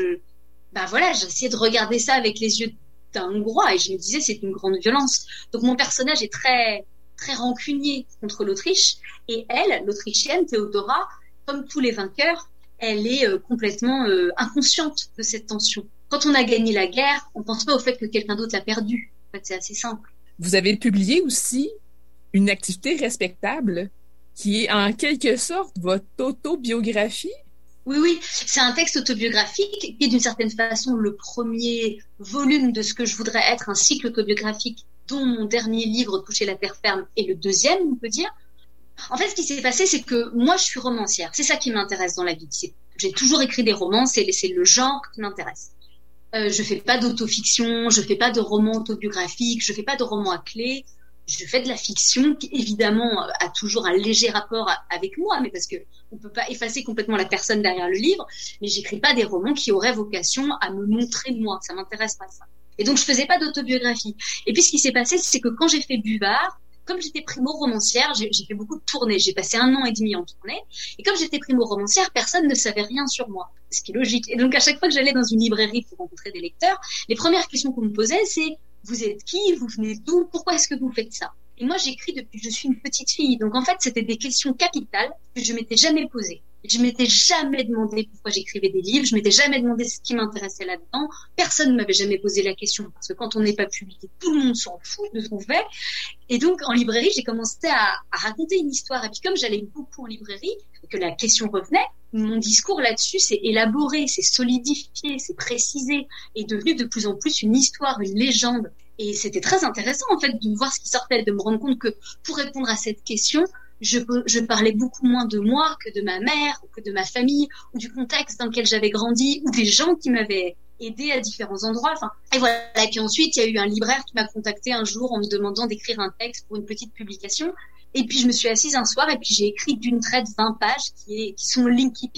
j'essayais de regarder ça avec les yeux d'un Hongrois et je me disais, c'est une grande violence. Donc, mon personnage est très rancunier contre l'Autriche et elle, l'Autrichienne, Théodora, comme tous les vainqueurs, elle est complètement inconsciente de cette tension. Quand on a gagné la guerre, on pense pas au fait que quelqu'un d'autre l'a perdue. En fait, c'est assez simple. Vous avez publié aussi une activité respectable qui est en quelque sorte votre autobiographie. Oui, c'est un texte autobiographique qui est d'une certaine façon le premier volume de ce que je voudrais être un cycle autobiographique dont mon dernier livre, Toucher la terre ferme, est le deuxième, on peut dire. En fait, ce qui s'est passé, c'est que moi, je suis romancière. C'est ça qui m'intéresse dans la vie. J'ai toujours écrit des romans, c'est le genre qui m'intéresse. Je fais pas d'autofiction, je fais pas de romans autobiographiques, je fais pas de romans à clé. Je fais de la fiction qui, évidemment, a toujours un léger rapport avec moi, mais parce que on peut pas effacer complètement la personne derrière le livre. Mais j'écris pas des romans qui auraient vocation à me montrer moi. Ça m'intéresse pas, ça. Et donc, je faisais pas d'autobiographie. Et puis, ce qui s'est passé, c'est que quand j'ai fait Buvard, comme j'étais primo-romancière, j'ai fait beaucoup de tournées. J'ai passé 1 an et demi en tournée. Et comme j'étais primo-romancière, personne ne savait rien sur moi. Ce qui est logique. Et donc, à chaque fois que j'allais dans une librairie pour rencontrer des lecteurs, les premières questions qu'on me posait, c'est: vous êtes qui? Vous venez d'où? Pourquoi est-ce que vous faites ça? Et moi, j'écris depuis que je suis une petite fille. Donc, en fait, c'était des questions capitales que je m'étais jamais posées. Je m'étais jamais demandé pourquoi j'écrivais des livres. Je m'étais jamais demandé ce qui m'intéressait là-dedans. Personne ne m'avait jamais posé la question parce que quand on n'est pas publié, tout le monde s'en fout de ce qu'on fait. Et donc, en librairie, j'ai commencé à raconter une histoire. Et puis, comme j'allais beaucoup en librairie et que la question revenait, mon discours là-dessus s'est élaboré, s'est solidifié, s'est précisé, est devenu de plus en plus une histoire, une légende. Et c'était très intéressant, en fait, de voir ce qui sortait, de me rendre compte que pour répondre à cette question, je parlais beaucoup moins de moi que de ma mère, ou que de ma famille, ou du contexte dans lequel j'avais grandi, ou des gens qui m'avaient aidé à différents endroits. Enfin, et voilà. Et puis ensuite, il y a eu un libraire qui m'a contacté un jour en me demandant d'écrire un texte pour une petite publication. Et puis, je me suis assise un soir et puis j'ai écrit d'une traite 20 pages qui sont l'incipit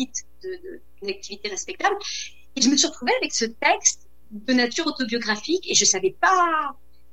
d'une activité respectable. Et je me suis retrouvée avec ce texte de nature autobiographique et je savais pas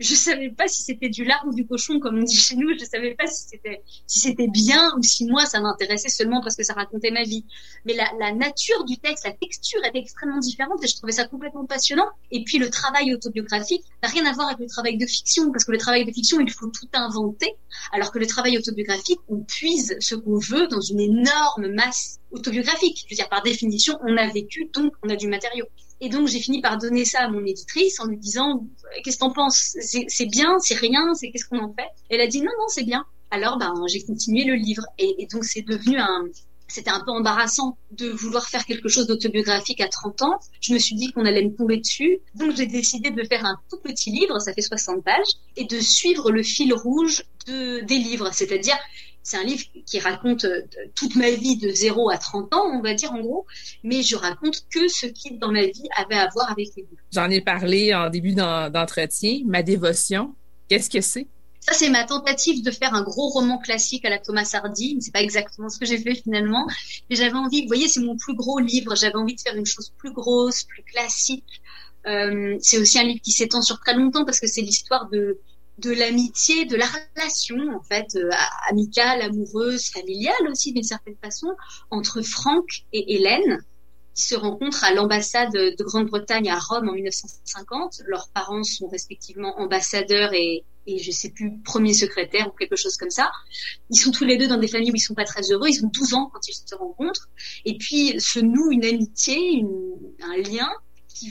si c'était du lard ou du cochon, comme on dit chez nous. Je savais pas si c'était bien ou si moi, ça m'intéressait seulement parce que ça racontait ma vie. Mais la nature du texte, la texture était extrêmement différente et je trouvais ça complètement passionnant. Et puis, le travail autobiographique n'a rien à voir avec le travail de fiction, parce que le travail de fiction, il faut tout inventer, alors que le travail autobiographique, on puise ce qu'on veut dans une énorme masse autobiographique. Je veux dire, par définition, on a vécu, donc on a du matériau. Et donc, j'ai fini par donner ça à mon éditrice en lui disant « Qu'est-ce que t'en penses ? C'est bien, c'est rien, qu'est-ce qu'on en fait ?» Elle a dit « Non, c'est bien. » Alors, j'ai continué le livre. Et donc, c'était un peu embarrassant de vouloir faire quelque chose d'autobiographique à 30 ans. Je me suis dit qu'on allait me tomber dessus. Donc, j'ai décidé de faire un tout petit livre, ça fait 60 pages, et de suivre le fil rouge des livres. C'est-à-dire, c'est un livre qui raconte toute ma vie de 0 à 30 ans, on va dire en gros, mais je raconte que ce qui, dans ma vie, avait à voir avec les livres. J'en ai parlé en début d'entretien. Ma dévotion, qu'est-ce que c'est? Ça, c'est ma tentative de faire un gros roman classique à la Thomas Hardy. C'est pas exactement ce que j'ai fait finalement, mais j'avais envie, vous voyez, c'est mon plus gros livre, j'avais envie de faire une chose plus grosse, plus classique. C'est aussi un livre qui s'étend sur très longtemps parce que c'est l'histoire de l'amitié, de la relation, en fait, amicale, amoureuse, familiale aussi, d'une certaine façon, entre Franck et Hélène, qui se rencontrent à l'ambassade de Grande-Bretagne à Rome en 1950. Leurs parents sont respectivement ambassadeurs et je sais plus, premier secrétaire ou quelque chose comme ça. Ils sont tous les deux dans des familles où ils sont pas très heureux. Ils ont 12 ans quand ils se rencontrent. Et puis, se noue une amitié, un lien qui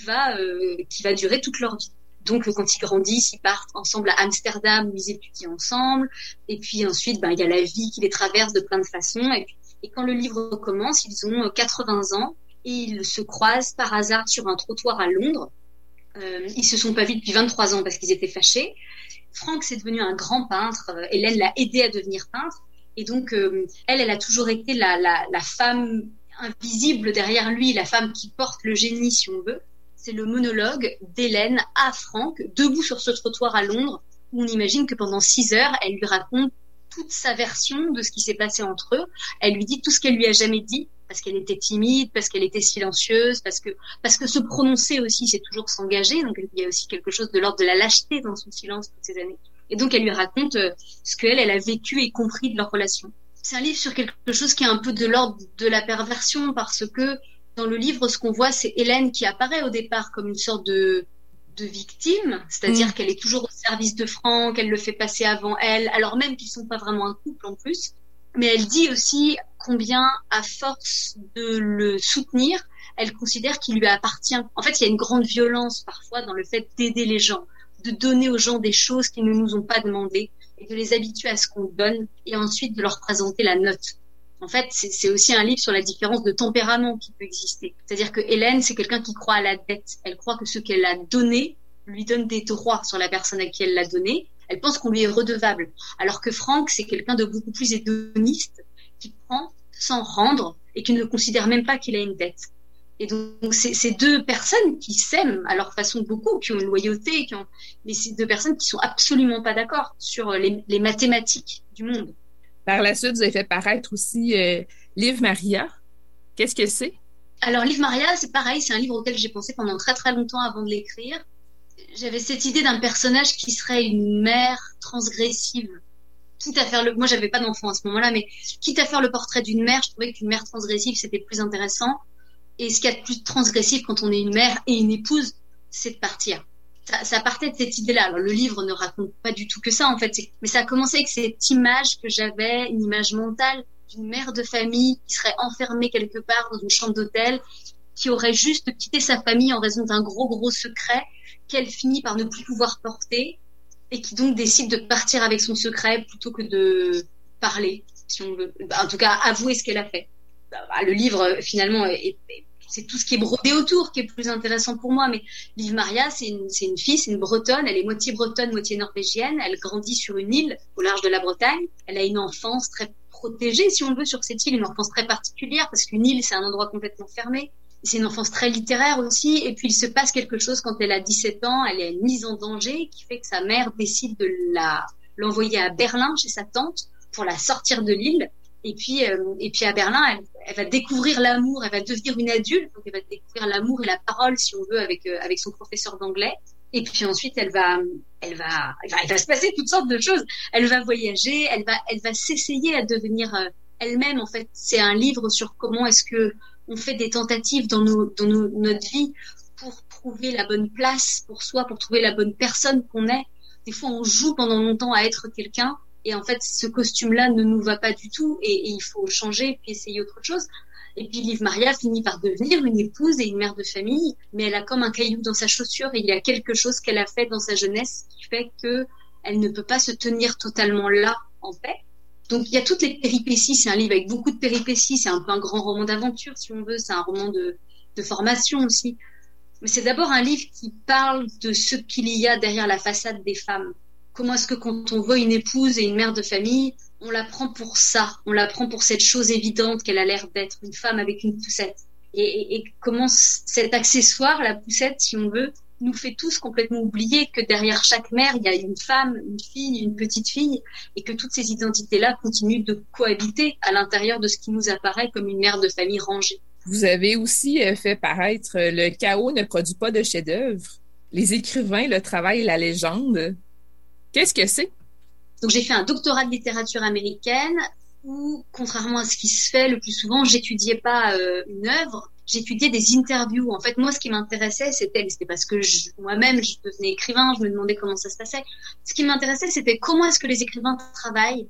va durer toute leur vie. Donc, quand ils grandissent, ils partent ensemble à Amsterdam où ils étudient ensemble. Et puis ensuite, il y a la vie qui les traverse de plein de façons. Et quand le livre commence, ils ont 80 ans et ils se croisent par hasard sur un trottoir à Londres. Ils se sont pas vus depuis 23 ans parce qu'ils étaient fâchés. Franck, c'est devenu un grand peintre. Hélène l'a aidé à devenir peintre. Et donc, elle a toujours été la femme invisible derrière lui, la femme qui porte le génie, si on veut. C'est le monologue d'Hélène à Franck, debout sur ce trottoir à Londres, où on imagine que pendant 6 heures, elle lui raconte toute sa version de ce qui s'est passé entre eux. Elle lui dit tout ce qu'elle lui a jamais dit, parce qu'elle était timide, parce qu'elle était silencieuse, parce que se prononcer aussi, c'est toujours s'engager. Donc, il y a aussi quelque chose de l'ordre de la lâcheté dans son silence toutes ces années. Et donc, elle lui raconte ce qu'elle a vécu et compris de leur relation. C'est un livre sur quelque chose qui est un peu de l'ordre de la perversion, parce que dans le livre, ce qu'on voit, c'est Hélène qui apparaît au départ comme une sorte de victime, c'est-à-dire qu'elle est toujours au service de Franck, elle le fait passer avant elle, alors même qu'ils sont pas vraiment un couple en plus. Mais elle dit aussi combien, à force de le soutenir, elle considère qu'il lui appartient. En fait, il y a une grande violence parfois dans le fait d'aider les gens, de donner aux gens des choses qu'ils ne nous ont pas demandées et de les habituer à ce qu'on donne et ensuite de leur présenter la note. En fait, c'est aussi un livre sur la différence de tempérament qui peut exister. C'est-à-dire que Hélène, c'est quelqu'un qui croit à la dette. Elle croit que ce qu'elle a donné lui donne des droits sur la personne à qui elle l'a donné. Elle pense qu'on lui est redevable. Alors que Franck, c'est quelqu'un de beaucoup plus hédoniste qui prend sans rendre et qui ne considère même pas qu'il a une dette. Et donc, c'est deux personnes qui s'aiment à leur façon beaucoup, qui ont une loyauté, mais c'est deux personnes qui sont absolument pas d'accord sur les mathématiques du monde. Par la suite, vous avez fait paraître aussi Livre Maria. Qu'est-ce que c'est? Alors, Livre Maria, c'est pareil, c'est un livre auquel j'ai pensé pendant très très longtemps avant de l'écrire. J'avais cette idée d'un personnage qui serait une mère transgressive. Quitte à faire moi, j'avais pas d'enfant à ce moment-là, mais quitte à faire le portrait d'une mère, je trouvais qu'une mère transgressive, c'était plus intéressant. Et ce qu'il y a de plus transgressif quand on est une mère et une épouse, c'est de partir. Ça partait de cette idée-là. Alors, le livre ne raconte pas du tout que ça, en fait. Mais ça a commencé avec cette image que j'avais, une image mentale d'une mère de famille qui serait enfermée quelque part dans une chambre d'hôtel, qui aurait juste quitté sa famille en raison d'un gros secret qu'elle finit par ne plus pouvoir porter et qui donc décide de partir avec son secret plutôt que de parler, si on veut. En tout cas, avouer ce qu'elle a fait. Le livre, finalement, c'est tout ce qui est brodé autour qui est plus intéressant pour moi. Mais Liv Maria, c'est une fille, c'est une Bretonne. Elle est moitié bretonne, moitié norvégienne. Elle grandit sur une île au large de la Bretagne. Elle a une enfance très protégée, si on veut, sur cette île, une enfance très particulière parce qu'une île, c'est un endroit complètement fermé. C'est une enfance très littéraire aussi. Et puis, il se passe quelque chose quand elle a 17 ans. Elle est mise en danger qui fait que sa mère décide de l'envoyer à Berlin chez sa tante pour la sortir de l'île. Et puis à Berlin, elle va découvrir l'amour, elle va devenir une adulte, donc elle va découvrir l'amour et la parole, si on veut, avec son professeur d'anglais. Et puis ensuite, il va se passer toutes sortes de choses. Elle va voyager, elle va s'essayer à devenir elle-même. En fait, c'est un livre sur comment est-ce que on fait des tentatives dans notre vie pour trouver la bonne place pour soi, pour trouver la bonne personne qu'on est. Des fois, on joue pendant longtemps à être quelqu'un. Et en fait, ce costume-là ne nous va pas du tout et il faut changer puis essayer autre chose. Et puis Liv Maria finit par devenir une épouse et une mère de famille, mais elle a comme un caillou dans sa chaussure et il y a quelque chose qu'elle a fait dans sa jeunesse qui fait que elle ne peut pas se tenir totalement là en paix. Donc il y a toutes les péripéties, c'est un livre avec beaucoup de péripéties, c'est un peu un grand roman d'aventure si on veut, c'est un roman de formation aussi. Mais c'est d'abord un livre qui parle de ce qu'il y a derrière la façade des femmes. Comment est-ce que quand on voit une épouse et une mère de famille, on la prend pour ça, on la prend pour cette chose évidente qu'elle a l'air d'être, une femme avec une poussette. Et comment cet accessoire, la poussette, si on veut, nous fait tous complètement oublier que derrière chaque mère, il y a une femme, une fille, une petite fille, et que toutes ces identités-là continuent de cohabiter à l'intérieur de ce qui nous apparaît comme une mère de famille rangée. Vous avez aussi fait paraître Le chaos ne produit pas de chef-d'œuvre. Les écrivains, le travail, la légende. Qu'est-ce que c'est? Donc j'ai fait un doctorat de littérature américaine où, contrairement à ce qui se fait le plus souvent, j'étudiais pas une œuvre, j'étudiais des interviews. En fait, moi, ce qui m'intéressait, c'était parce que moi-même, je devenais écrivain, je me demandais comment ça se passait. Ce qui m'intéressait, c'était comment est-ce que les écrivains travaillent,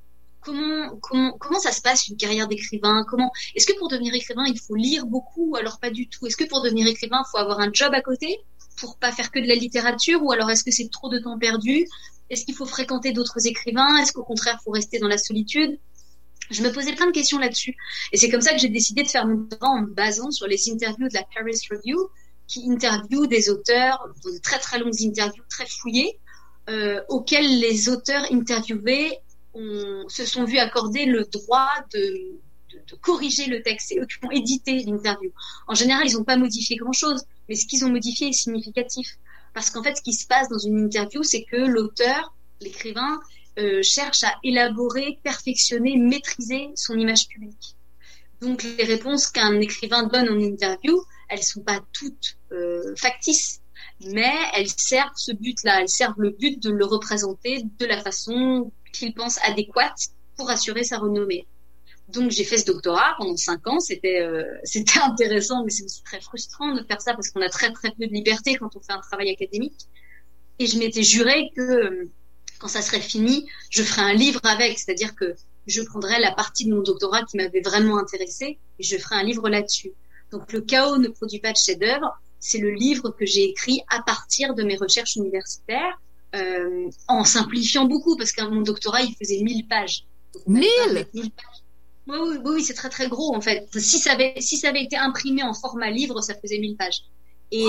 comment ça se passe une carrière d'écrivain, est-ce que pour devenir écrivain, il faut lire beaucoup ou alors pas du tout? Est-ce que pour devenir écrivain, il faut avoir un job à côté pour pas faire que de la littérature ou alors est-ce que c'est trop de temps perdu? Est-ce qu'il faut fréquenter d'autres écrivains? Est-ce qu'au contraire, il faut rester dans la solitude? Je me posais plein de questions là-dessus. Et c'est comme ça que j'ai décidé de faire mon doctorat en me basant sur les interviews de la Paris Review, qui interviewent des auteurs, de très très longues interviews, très fouillées, auxquelles les auteurs interviewés se sont vus accorder le droit de corriger le texte. C'est eux qui ont édité l'interview. En général, ils n'ont pas modifié grand-chose, mais ce qu'ils ont modifié est significatif. Parce qu'en fait, ce qui se passe dans une interview, c'est que l'auteur, l'écrivain, cherche à élaborer, perfectionner, maîtriser son image publique. Donc, les réponses qu'un écrivain donne en interview, elles sont pas toutes factices, mais elles servent ce but-là. Elles servent le but de le représenter de la façon qu'il pense adéquate pour assurer sa renommée. Donc, j'ai fait ce doctorat pendant 5 ans. C'était intéressant, mais c'est aussi très frustrant de faire ça parce qu'on a très, très peu de liberté quand on fait un travail académique. Et je m'étais juré que quand ça serait fini, je ferais un livre avec. C'est-à-dire que je prendrais la partie de mon doctorat qui m'avait vraiment intéressée et je ferais un livre là-dessus. Donc, Le chaos ne produit pas de chef-d'œuvre. C'est le livre que j'ai écrit à partir de mes recherches universitaires, en simplifiant beaucoup parce que mon doctorat, il faisait 1000 pages. 1000 pages. Oui, c'est très très gros en fait. Si ça avait été imprimé en format livre, ça faisait 1000 pages. Et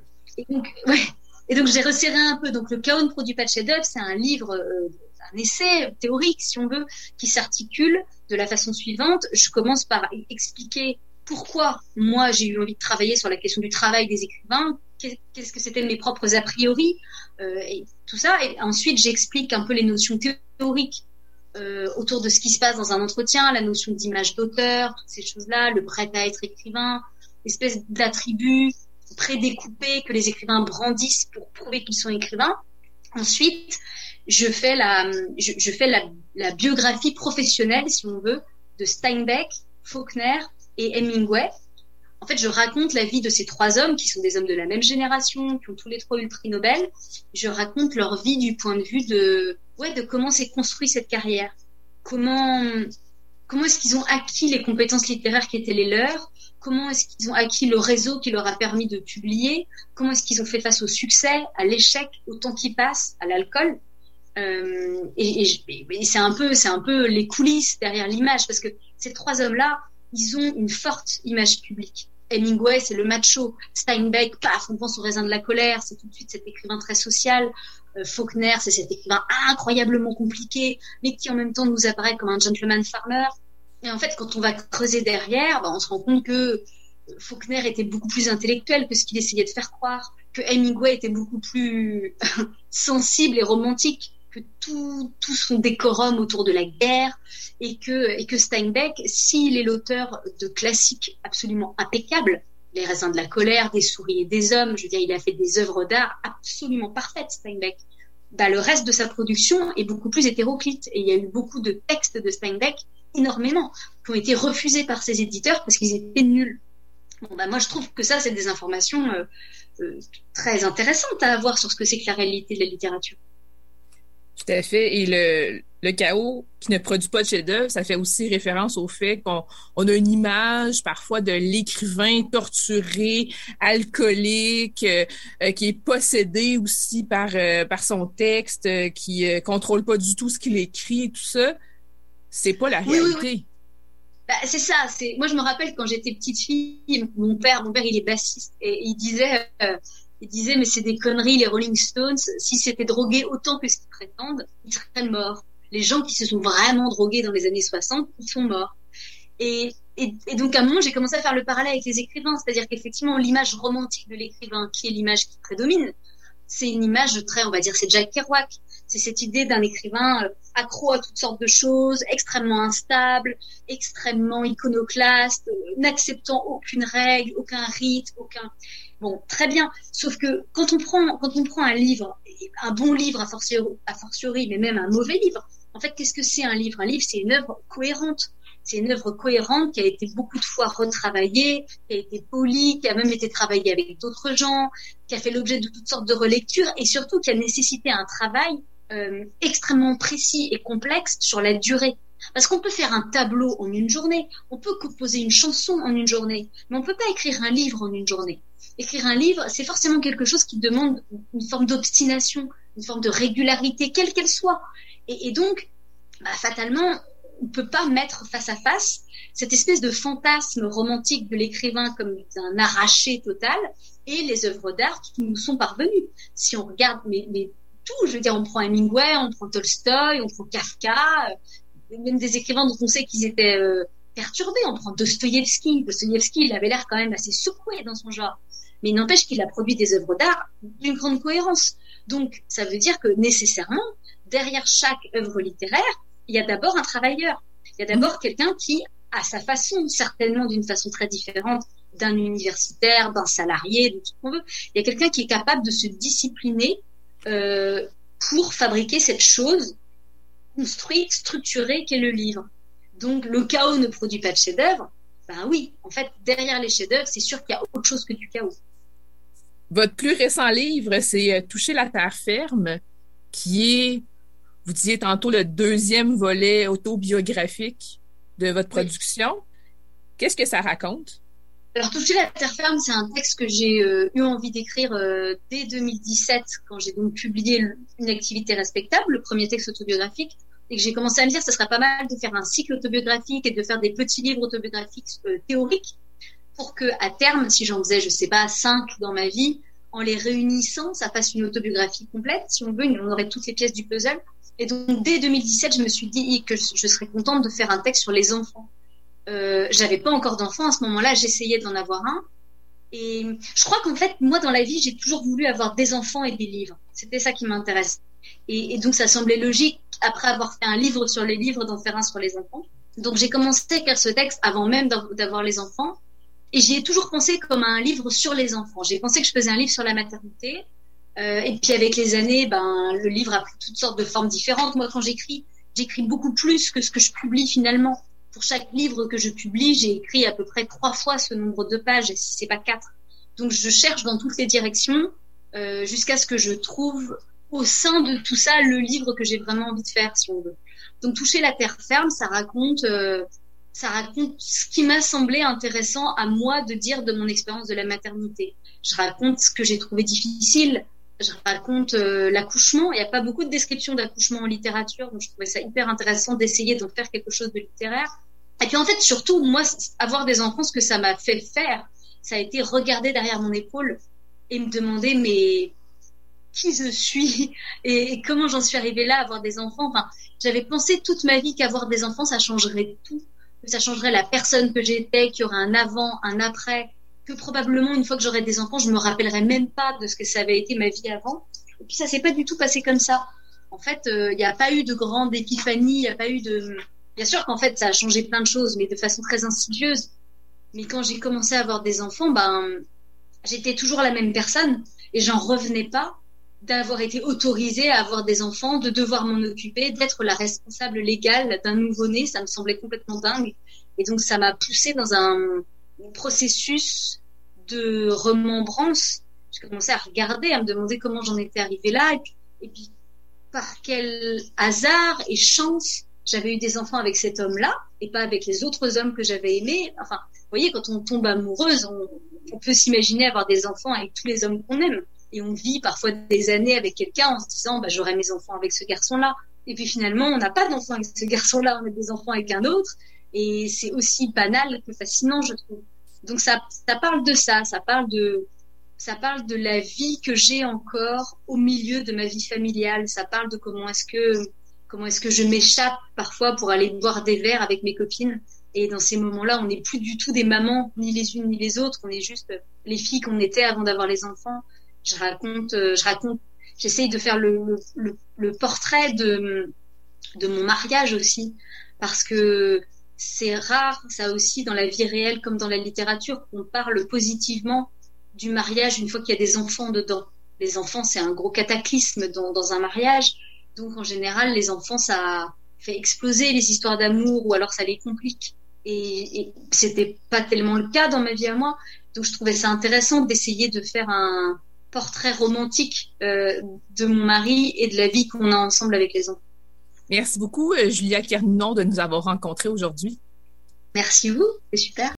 donc j'ai resserré un peu. Donc Le chaos ne produit pas de chef-d'œuvre, c'est un livre, un essai théorique si on veut, qui s'articule de la façon suivante. Je commence par expliquer pourquoi moi j'ai eu envie de travailler sur la question du travail des écrivains, qu'est-ce que c'était mes propres a priori, et tout ça. Et ensuite j'explique un peu les notions théoriques autour de ce qui se passe dans un entretien, la notion d'image d'auteur, toutes ces choses-là, le prêt à être écrivain, l'espèce d'attribut prédécoupé que les écrivains brandissent pour prouver qu'ils sont écrivains. Ensuite, je fais la biographie professionnelle, si on veut, de Steinbeck, Faulkner et Hemingway. En fait, je raconte la vie de ces 3 hommes qui sont des hommes de la même génération, qui ont tous les 3 eu le prix Nobel. Je raconte leur vie du point de vue de comment s'est construit cette carrière. Comment est-ce qu'ils ont acquis les compétences littéraires qui étaient les leurs? Comment est-ce qu'ils ont acquis le réseau qui leur a permis de publier? Comment est-ce qu'ils ont fait face au succès, à l'échec, au temps qui passe, à l'alcool? Et c'est un peu les coulisses derrière l'image, parce que ces 3 hommes-là, ils ont une forte image publique. Hemingway, c'est le macho. Steinbeck, paf, on pense au raisin de la colère, c'est tout de suite cet écrivain très social. Faulkner, c'est cet écrivain incroyablement compliqué, mais qui en même temps nous apparaît comme un gentleman farmer. Et en fait, quand on va creuser derrière, on se rend compte que Faulkner était beaucoup plus intellectuel que ce qu'il essayait de faire croire, que Hemingway était beaucoup plus sensible et romantique tout son décorum autour de la guerre, et que Steinbeck, s'il est l'auteur de classiques absolument impeccables, Les raisins de la colère, Des souris et des hommes, je veux dire, il a fait des œuvres d'art absolument parfaites, Steinbeck. Bah, le reste de sa production est beaucoup plus hétéroclite, et il y a eu beaucoup de textes de Steinbeck, énormément, qui ont été refusés par ses éditeurs parce qu'ils étaient nuls. Bon, bah, moi, je trouve que ça, c'est des informations très intéressantes à avoir sur ce que c'est que la réalité de la littérature. Tout à fait. Et le chaos qui ne produit pas de chef-d'œuvre, ça fait aussi référence au fait qu'on a une image parfois de l'écrivain torturé, alcoolique, qui est possédé aussi par son texte, qui contrôle pas du tout ce qu'il écrit et tout ça. C'est pas la réalité. Oui. Bah, c'est ça. Moi, je me rappelle quand j'étais petite fille, mon père, il est bassiste, et il disait, mais c'est des conneries, les Rolling Stones. Si c'était drogué autant que ce qu'ils prétendent, ils seraient morts. Les gens qui se sont vraiment drogués dans les années 60, ils sont morts. Et donc, à un moment, j'ai commencé à faire le parallèle avec les écrivains. C'est-à-dire qu'effectivement, l'image romantique de l'écrivain, qui est l'image qui prédomine, c'est une image on va dire, c'est Jack Kerouac. C'est cette idée d'un écrivain accro à toutes sortes de choses, extrêmement instable, extrêmement iconoclaste, n'acceptant aucune règle, aucun rite, Bon, très bien. Sauf que quand on prend un livre, un bon livre a fortiori, mais même un mauvais livre, en fait, qu'est-ce que c'est un livre? Un livre, c'est une œuvre cohérente. C'est une œuvre cohérente qui a été beaucoup de fois retravaillée, qui a été polie, qui a même été travaillée avec d'autres gens, qui a fait l'objet de toutes sortes de relectures, et surtout qui a nécessité un travail extrêmement précis et complexe sur la durée. Parce qu'on peut faire un tableau en une journée, on peut composer une chanson en une journée, mais on peut pas écrire un livre en une journée. Écrire un livre, c'est forcément quelque chose qui demande une forme d'obstination, une forme de régularité, quelle qu'elle soit. Et donc, fatalement, on peut pas mettre face à face cette espèce de fantasme romantique de l'écrivain comme un arraché total et les œuvres d'art qui nous sont parvenues. Si on regarde, mais tout, je veux dire, on prend Hemingway, on prend Tolstoï, on prend Kafka, même des écrivains dont on sait qu'ils étaient perturbés. On prend Dostoïevski, il avait l'air quand même assez secoué dans son genre. Mais il n'empêche qu'il a produit des œuvres d'art d'une grande cohérence. Donc, ça veut dire que nécessairement, derrière chaque œuvre littéraire, il y a d'abord un travailleur. Il y a d'abord quelqu'un qui, à sa façon, certainement d'une façon très différente d'un universitaire, d'un salarié, de tout ce qu'on veut, il y a quelqu'un qui est capable de se discipliner pour fabriquer cette chose construite, structurée qu'est le livre. Donc, le chaos ne produit pas de chef-d'œuvre. Ben oui, en fait, derrière les chefs-d'œuvre, c'est sûr qu'il y a autre chose que du chaos. Votre plus récent livre, c'est Toucher la terre ferme, qui est, vous disiez tantôt, le deuxième volet autobiographique de votre production. Oui. Qu'est-ce que ça raconte? Alors, Toucher la terre ferme, c'est un texte que j'ai eu envie d'écrire dès 2017, quand j'ai donc publié Une activité respectable, le premier texte autobiographique, et que j'ai commencé à me dire, ça serait pas mal de faire un cycle autobiographique et de faire des petits livres autobiographiques théoriques, pour que, à terme, si j'en faisais, je sais pas, 5 dans ma vie, en les réunissant, ça fasse une autobiographie complète. Si on veut, on aurait toutes les pièces du puzzle. Et donc, dès 2017, je me suis dit que je serais contente de faire un texte sur les enfants. J'avais pas encore d'enfants à ce moment-là, j'essayais d'en avoir un. Et je crois qu'en fait, moi, dans la vie, j'ai toujours voulu avoir des enfants et des livres. C'était ça qui m'intéresse. Et donc, ça semblait logique, après avoir fait un livre sur les livres, d'en faire un sur les enfants. Donc, j'ai commencé à écrire ce texte avant même d'avoir les enfants. Et j'y ai toujours pensé comme un livre sur les enfants. J'ai pensé que je faisais un livre sur la maternité. Et puis, avec les années, le livre a pris toutes sortes de formes différentes. Moi, quand j'écris beaucoup plus que ce que je publie finalement. Pour chaque livre que je publie, j'ai écrit à peu près 3 fois ce nombre de pages, si c'est pas 4. Donc, je cherche dans toutes les directions jusqu'à ce que je trouve au sein de tout ça le livre que j'ai vraiment envie de faire, si on veut. Donc, Toucher la terre ferme, ça raconte ce qui m'a semblé intéressant à moi de dire de mon expérience de la maternité. Je raconte ce que j'ai trouvé difficile. Je raconte l'accouchement. Il n'y a pas beaucoup de descriptions d'accouchement en littérature, donc je trouvais ça hyper intéressant d'essayer d'en faire quelque chose de littéraire. Et puis en fait, surtout, moi, avoir des enfants, ce que ça m'a fait faire, ça a été regarder derrière mon épaule et me demander, mais qui je suis et comment j'en suis arrivée là à avoir des enfants. Enfin, j'avais pensé toute ma vie qu'avoir des enfants, ça changerait tout. Que ça changerait la personne que j'étais, qu'il y aurait un avant, un après, que probablement une fois que j'aurais des enfants, je me rappellerais même pas de ce que ça avait été ma vie avant. Et puis ça s'est pas du tout passé comme ça. En fait, il n'y a pas eu de grande épiphanie, il n'y a pas eu de... Bien sûr qu'en fait, ça a changé plein de choses, mais de façon très insidieuse. Mais quand j'ai commencé à avoir des enfants, j'étais toujours la même personne et j'en revenais pas d'avoir été autorisée à avoir des enfants, de devoir m'en occuper, d'être la responsable légale d'un nouveau-né. Ça me semblait complètement dingue. Et donc, ça m'a poussée dans un processus de remembrance. Je commençais à regarder, à me demander comment j'en étais arrivée là. Et puis par quel hasard et chance j'avais eu des enfants avec cet homme-là et pas avec les autres hommes que j'avais aimés. Enfin, vous voyez, quand on tombe amoureuse, on peut s'imaginer avoir des enfants avec tous les hommes qu'on aime. Et on vit parfois des années avec quelqu'un en se disant j'aurai mes enfants avec ce garçon-là. Et puis finalement, on n'a pas d'enfants avec ce garçon-là, on a des enfants avec un autre. Et c'est aussi banal que fascinant, je trouve. Donc ça parle de ça parle de la vie que j'ai encore au milieu de ma vie familiale. Ça parle de comment est-ce que je m'échappe parfois pour aller boire des verres avec mes copines. Et dans ces moments-là, on n'est plus du tout des mamans, ni les unes ni les autres. On est juste les filles qu'on était avant d'avoir les enfants. Je raconte, j'essaye de faire le portrait de mon mariage aussi, parce que c'est rare, ça aussi, dans la vie réelle comme dans la littérature, qu'on parle positivement du mariage une fois qu'il y a des enfants dedans. Les enfants, c'est un gros cataclysme dans un mariage. Donc, en général, les enfants, ça fait exploser les histoires d'amour ou alors ça les complique. Et c'était pas tellement le cas dans ma vie à moi. Donc, je trouvais ça intéressant d'essayer de faire un portrait romantique de mon mari et de la vie qu'on a ensemble avec les enfants. Merci beaucoup, Julia Kerninon, de nous avoir rencontrés aujourd'hui. Merci vous, c'est super.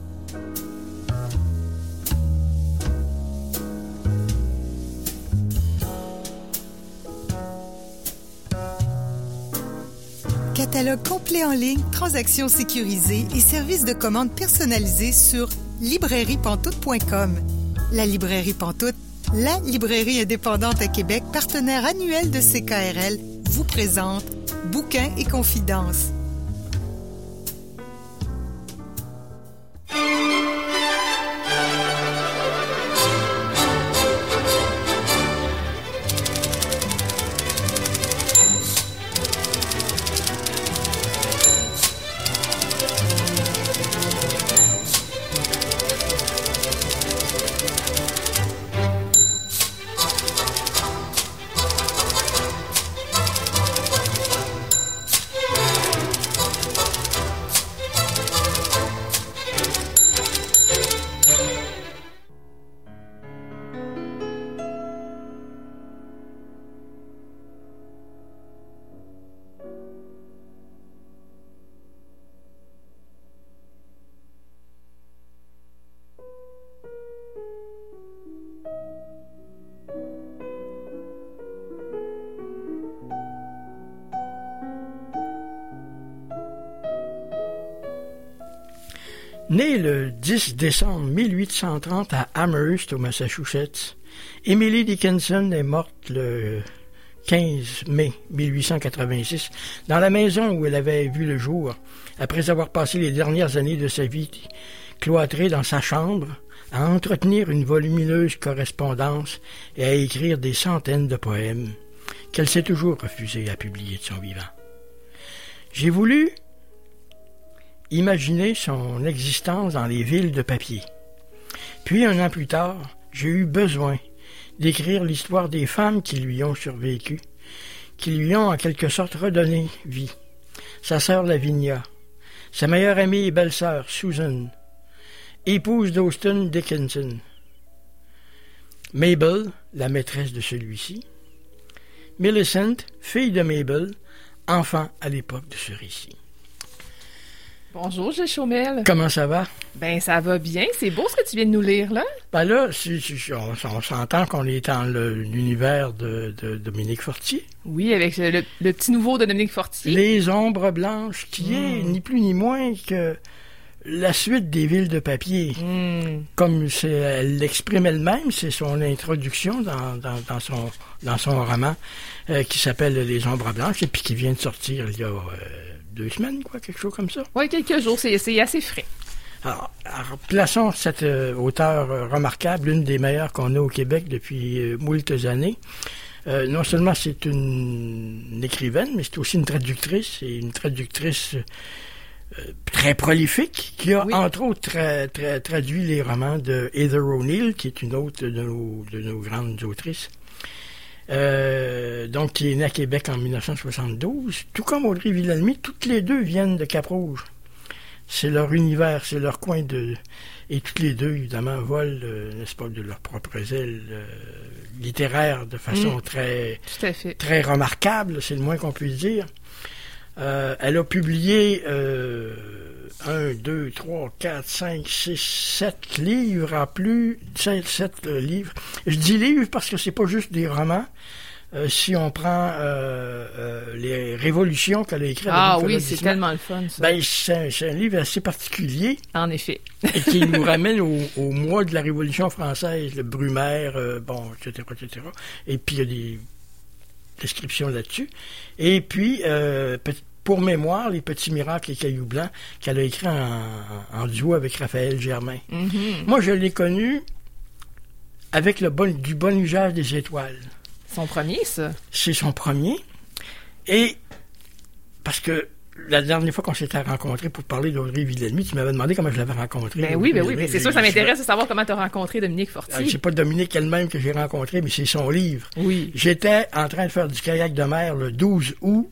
Catalogue complet en ligne, transactions sécurisées et services de commande personnalisés sur librairiepantoute.com. La Librairie Pantoute, la librairie indépendante à Québec, partenaire annuel de CKRL, vous présente Bouquins et confidences. Née le 10 décembre 1830 à Amherst, au Massachusetts, Emily Dickinson est morte le 15 mai 1886 dans la maison où elle avait vu le jour, après avoir passé les dernières années de sa vie cloîtrée dans sa chambre, à entretenir une volumineuse correspondance et à écrire des centaines de poèmes qu'elle s'est toujours refusée à publier de son vivant. J'ai voulu imaginer son existence dans les villes de papier. Puis, un an plus tard, j'ai eu besoin d'écrire l'histoire des femmes qui lui ont survécu, qui lui ont en quelque sorte redonné vie. Sa sœur Lavinia, sa meilleure amie et belle-sœur Susan, épouse d'Austin Dickinson, Mabel, la maîtresse de celui-ci, Millicent, fille de Mabel, enfant à l'époque de ce récit. Bonjour, Gilles Chaumel. Comment ça va? Ben, ça va bien. C'est beau ce que tu viens de nous lire, là. Ben là, on s'entend qu'on est dans l'univers de Dominique Fortier. Oui, avec le petit nouveau de Dominique Fortier. Les ombres blanches, qui est ni plus ni moins que la suite des villes de papier. Comme elle l'exprime elle-même, c'est son introduction dans son roman qui s'appelle Les ombres blanches et puis qui vient de sortir il y a 2 semaines, quelque chose comme ça. Oui, quelques jours, c'est assez frais. Alors plaçons cette auteure remarquable, l'une des meilleures qu'on a au Québec depuis moultes années, Non seulement c'est une écrivaine, mais c'est aussi une traductrice, et une traductrice très prolifique, qui a entre autres traduit les romans de Heather O'Neill, qui est une autre de nos grandes autrices. Donc, qui est née à Québec en 1972. Tout comme Audrey Vilhelmy, toutes les deux viennent de Cap-Rouge. C'est leur univers, c'est leur coin de... Et toutes les deux, évidemment, volent, n'est-ce pas, de leurs propres ailes littéraires de façon très remarquable, c'est le moins qu'on puisse dire. Elle a publié 1, 2, 3, 4, 5, 6, 7 livres en plus. 7 livres. Je dis livres parce que c'est pas juste des romans. Si on prend les révolutions qu'elle a écrites... Ah oui, c'est tellement le fun, ça. Ben, c'est un livre assez particulier. En effet. Et qui nous ramène au mois de la Révolution française, le Brumaire, etc., etc. Et puis, il y a des descriptions là-dessus. Et puis, pour mémoire, Les Petits Miracles et Cailloux Blancs, qu'elle a écrit en duo avec Raphaël Germain. Mm-hmm. Moi, je l'ai connu avec du bon usage des étoiles. Son premier, ça? C'est son premier. Et parce que la dernière fois qu'on s'était rencontrés pour parler d'Audrey Vilhelmy, tu m'avais demandé comment je l'avais rencontré. Ben oui, mais c'est sûr, ça m'intéresse de savoir comment tu as rencontré Dominique Fortier. C'est pas Dominique elle-même que j'ai rencontré, mais c'est son livre. Oui. J'étais en train de faire du kayak de mer le 12 août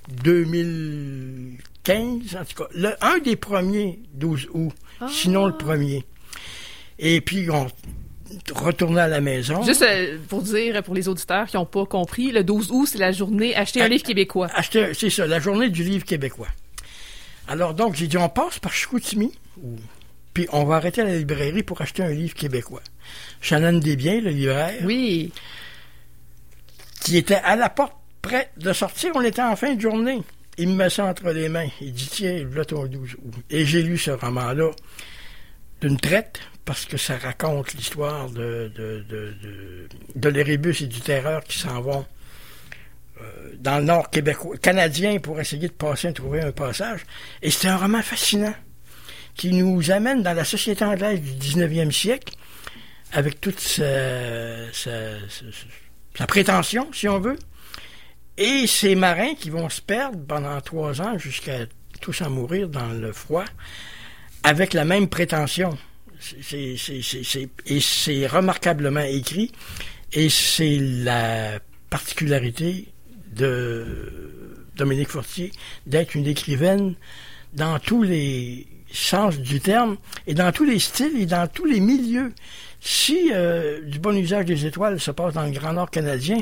2015, en tout cas. Un des premiers 12 août, sinon le premier. Et puis, on retourner à la maison. Juste pour dire, pour les auditeurs qui n'ont pas compris, le 12 août, c'est la journée Acheter un livre québécois. C'est ça, la journée du livre québécois. Alors donc, j'ai dit, on passe par Chicoutimi, puis on va arrêter à la librairie pour acheter un livre québécois. Shannon Desbiens, le libraire, oui, qui était à la porte, prêt de sortir, on était en fin de journée. Il me met ça entre les mains. Il dit, tiens, voilà ton 12 août. Et j'ai lu ce roman-là d'une traite, parce que ça raconte l'histoire de l'Érébus et du Terreur qui s'en vont dans le nord québécois, canadien, pour essayer de trouver un passage. Et c'est un roman fascinant qui nous amène dans la société anglaise du 19e siècle, avec toute sa prétention, si on veut, et ces marins qui vont se perdre pendant 3 ans jusqu'à tous en mourir dans le froid, avec la même prétention. Et c'est remarquablement écrit, et c'est la particularité de Dominique Fortier d'être une écrivaine dans tous les sens du terme, et dans tous les styles, et dans tous les milieux. Si du bon usage des étoiles se passe dans le Grand Nord canadien,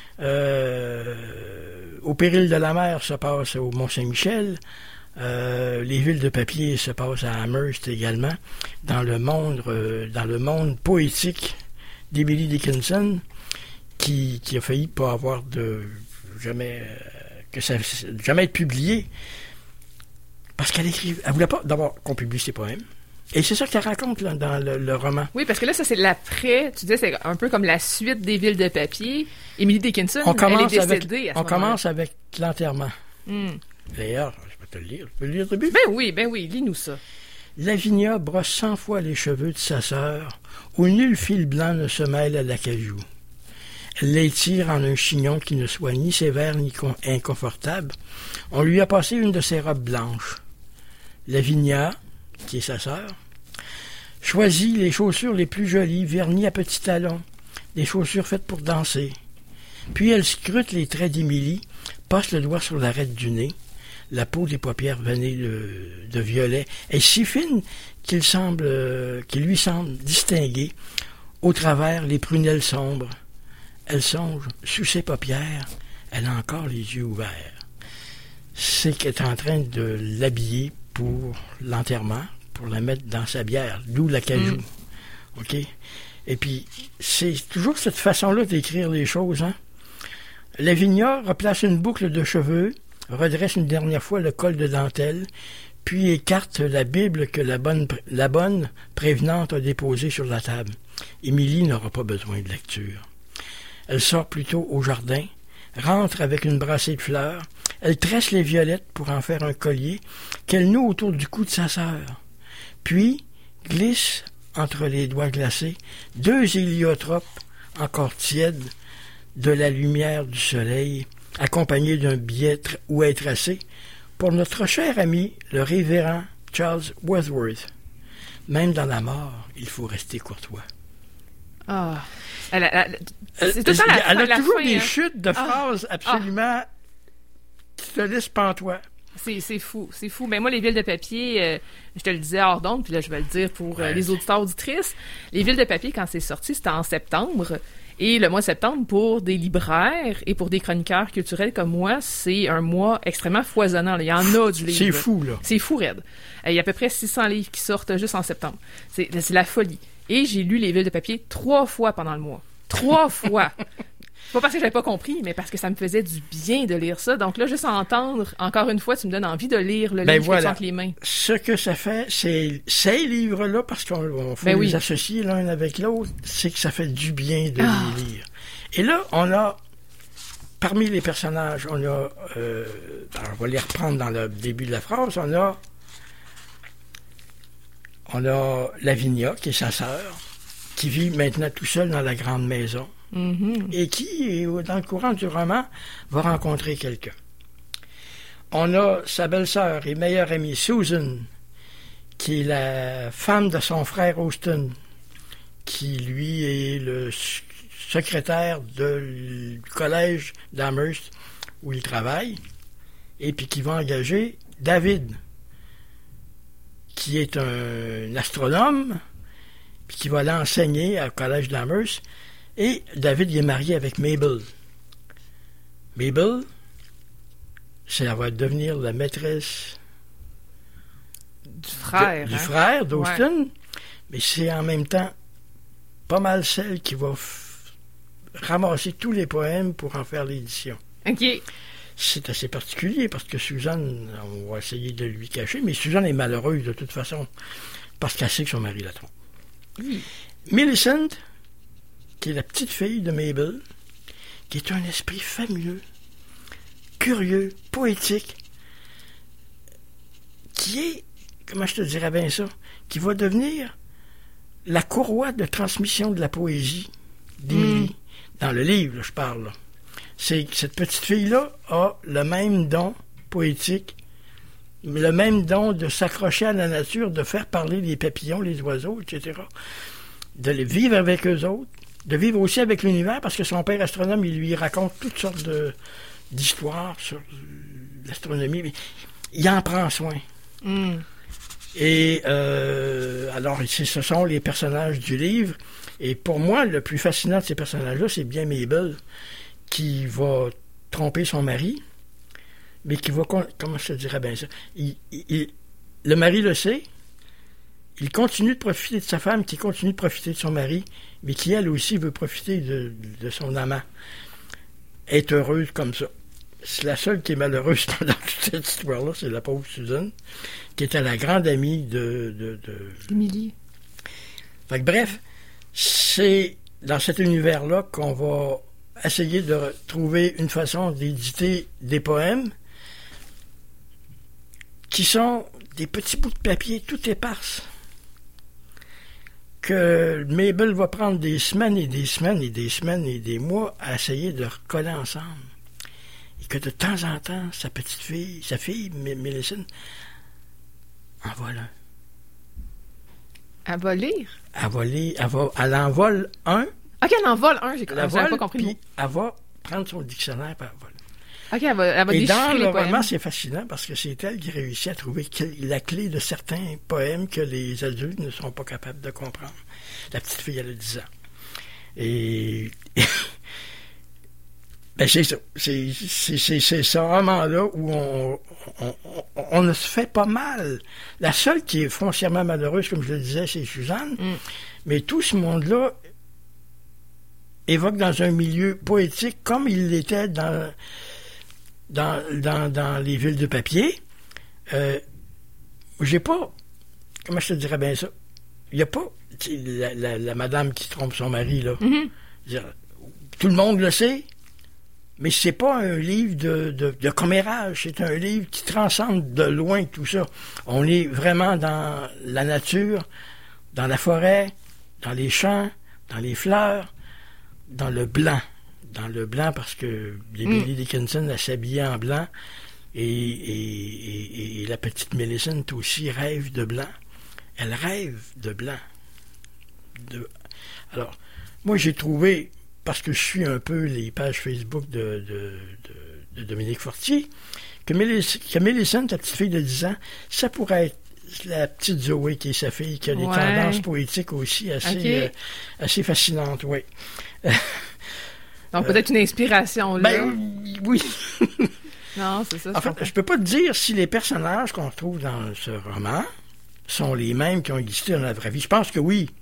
Au péril de la mer se passe au Mont-Saint-Michel, les villes de papier se passent à Amherst également, dans le monde poétique d'Emily Dickinson, qui a failli pas avoir jamais être publié, parce qu'elle voulait pas d'abord qu'on publie ses poèmes. Et c'est ça qu'elle raconte là, dans le roman. Oui, parce que là, ça, c'est l'après. Tu disais, c'est un peu comme la suite des villes de papier. Emily Dickinson, elle est décédée à ce moment-là. On commence avec l'enterrement. Mm. D'ailleurs, je vais te le lire. Tu peux le lire au début? Ben oui, lis-nous ça. Lavinia brosse 100 fois les cheveux de sa sœur, où nul fil blanc ne se mêle à l'acajou. Elle l'étire en un chignon qui ne soit ni sévère ni inconfortable. On lui a passé une de ses robes blanches. Lavinia, qui est sa sœur, choisit les chaussures les plus jolies, vernies à petits talons, des chaussures faites pour danser. Puis elle scrute les traits d'Émilie, passe le doigt sur l'arête du nez. La peau des paupières veinée de violet est si fine qu'il lui semble distinguer, au travers, les prunelles sombres. Elle songe, sous ses paupières, elle a encore les yeux ouverts. C'est qu'elle est en train de l'habiller pour l'enterrement, pour la mettre dans sa bière, d'où l'acajou. OK? Et puis, c'est toujours cette façon-là d'écrire les choses, hein? Lavinia replace une boucle de cheveux, redresse une dernière fois le col de dentelle, puis écarte la Bible que la bonne prévenante a déposée sur la table. Émilie n'aura pas besoin de lecture. Elle sort plutôt au jardin, rentre avec une brassée de fleurs, elle tresse les violettes pour en faire un collier qu'elle noue autour du cou de sa sœur. Puis glisse entre les doigts glacés 2 héliotropes encore tièdes de la lumière du soleil, accompagné d'un billet où est tracé pour notre cher ami, le révérend Charles Wordsworth. Même dans la mort, il faut rester courtois. Ah. C'est tout le temps elle a toujours fin, des chutes de phrases absolument qui te laissent pantois. C'est fou. Mais moi, les villes de papier, je te le disais hors d'onde, puis là, je vais le dire pour les auditeurs auditrices. Les villes de papier, quand c'est sorti, c'était en septembre. Et le mois de septembre, pour des libraires et pour des chroniqueurs culturels comme moi, c'est un mois extrêmement foisonnant. Là. Il y en a du livre. C'est fou, là. C'est fou, raide. Il y a à peu près 600 livres qui sortent juste en septembre. C'est la folie. Et j'ai lu Les Villes de papier 3 fois pendant le mois. 3 fois! Pas parce que j'avais pas compris, mais parce que ça me faisait du bien de lire ça. Donc là, juste à entendre, encore une fois, tu me donnes envie de lire le livre que tu as entre les mains. Ce que ça fait, c'est ces livres-là, parce qu'on faut les associer l'un avec l'autre, c'est que ça fait du bien de les lire. Et là, on a, parmi les personnages, on va les reprendre dans le début de la phrase, on a Lavinia, qui est sa sœur, qui vit maintenant tout seul dans la grande maison. Mm-hmm. Et qui, dans le courant du roman, va rencontrer quelqu'un. On a sa belle-sœur et meilleure amie Susan, qui est la femme de son frère Austin, qui, lui, est le secrétaire du collège d'Amherst, où il travaille, et puis qui va engager David, qui est un astronome, puis qui va l'enseigner au collège d'Amherst. Et David il est marié avec Mabel. Mabel, elle va devenir la maîtresse du frère d'Austin, mais c'est en même temps pas mal celle qui va ramasser tous les poèmes pour en faire l'édition. OK. C'est assez particulier parce que Suzanne, on va essayer de lui cacher, mais Suzanne est malheureuse de toute façon parce qu'elle sait que son mari la trompe. Oui. Millicent, qui est la petite fille de Mabel, qui est un esprit fabuleux, curieux, poétique, qui est, comment je te dirais bien ça, qui va devenir la courroie de transmission de la poésie d'Émilie. Dans le livre, là, je parle. Là. C'est que cette petite fille-là a le même don poétique, le même don de s'accrocher à la nature, de faire parler les papillons, les oiseaux, etc., de les vivre avec eux autres, de vivre aussi avec l'univers, parce que son père astronome, il lui raconte toutes sortes d'histoires sur l'astronomie, mais il en prend soin. Et alors, ce sont les personnages du livre, et pour moi, le plus fascinant de ces personnages-là, c'est bien Mabel, qui va tromper son mari, mais qui va... Comment je te dirais bien ça? Le mari le sait, il continue de profiter de sa femme, qui continue de profiter de son mari, mais qui, elle aussi, veut profiter de son amant. Est heureuse comme ça. C'est la seule qui est malheureuse dans toute cette histoire-là, c'est la pauvre Susan, qui était la grande amie d'Émilie. Fait que bref, c'est dans cet univers-là qu'on va essayer de trouver une façon d'éditer des poèmes qui sont des petits bouts de papier tout épars, que Mabel va prendre des semaines et des semaines et des semaines et des mois à essayer de recoller ensemble. Et que de temps en temps, sa fille, Millicent, en vole un. Elle va lire? Elle en vole un. OK, elle en vole un, j'avais pas compris. Puis elle va prendre son dictionnaire et elle vole. OK, elle va et déchiffrer dans les le poèmes. roman, c'est fascinant parce que c'est elle qui réussit à trouver la clé de certains poèmes que les adultes ne sont pas capables de comprendre. La petite fille, elle a 10 ans. Et... ben c'est ça. C'est ce roman-là où on se fait pas mal. La seule qui est foncièrement malheureuse, comme je le disais, c'est Suzanne. Mais tout ce monde-là évoque dans un milieu poétique comme il l'était dans les villes de papier. J'ai pas... Comment je te dirais bien ça? Il n'y a pas la madame qui trompe son mari, là. Tout le monde le sait, mais c'est pas un livre de commérage, c'est un livre qui transcende de loin tout ça. On est vraiment dans la nature, dans la forêt, dans les champs, dans les fleurs, dans le blanc dans le blanc parce que Emily Dickinson elle s'habillait en blanc et la petite Millicent aussi rêve de blanc. Elle rêve de blanc. Alors, moi j'ai trouvé, parce que je suis un peu les pages Facebook de Dominique Fortier, que Millicent, la petite fille de 10 ans, ça pourrait être la petite Zoé qui est sa fille, qui a des tendances poétiques aussi assez fascinantes, oui. Donc peut-être une inspiration, là. Ben, oui. Non, c'est ça. En fait, je peux pas te dire si les personnages qu'on retrouve dans ce roman sont les mêmes qui ont existé dans la vraie vie. Je pense que oui.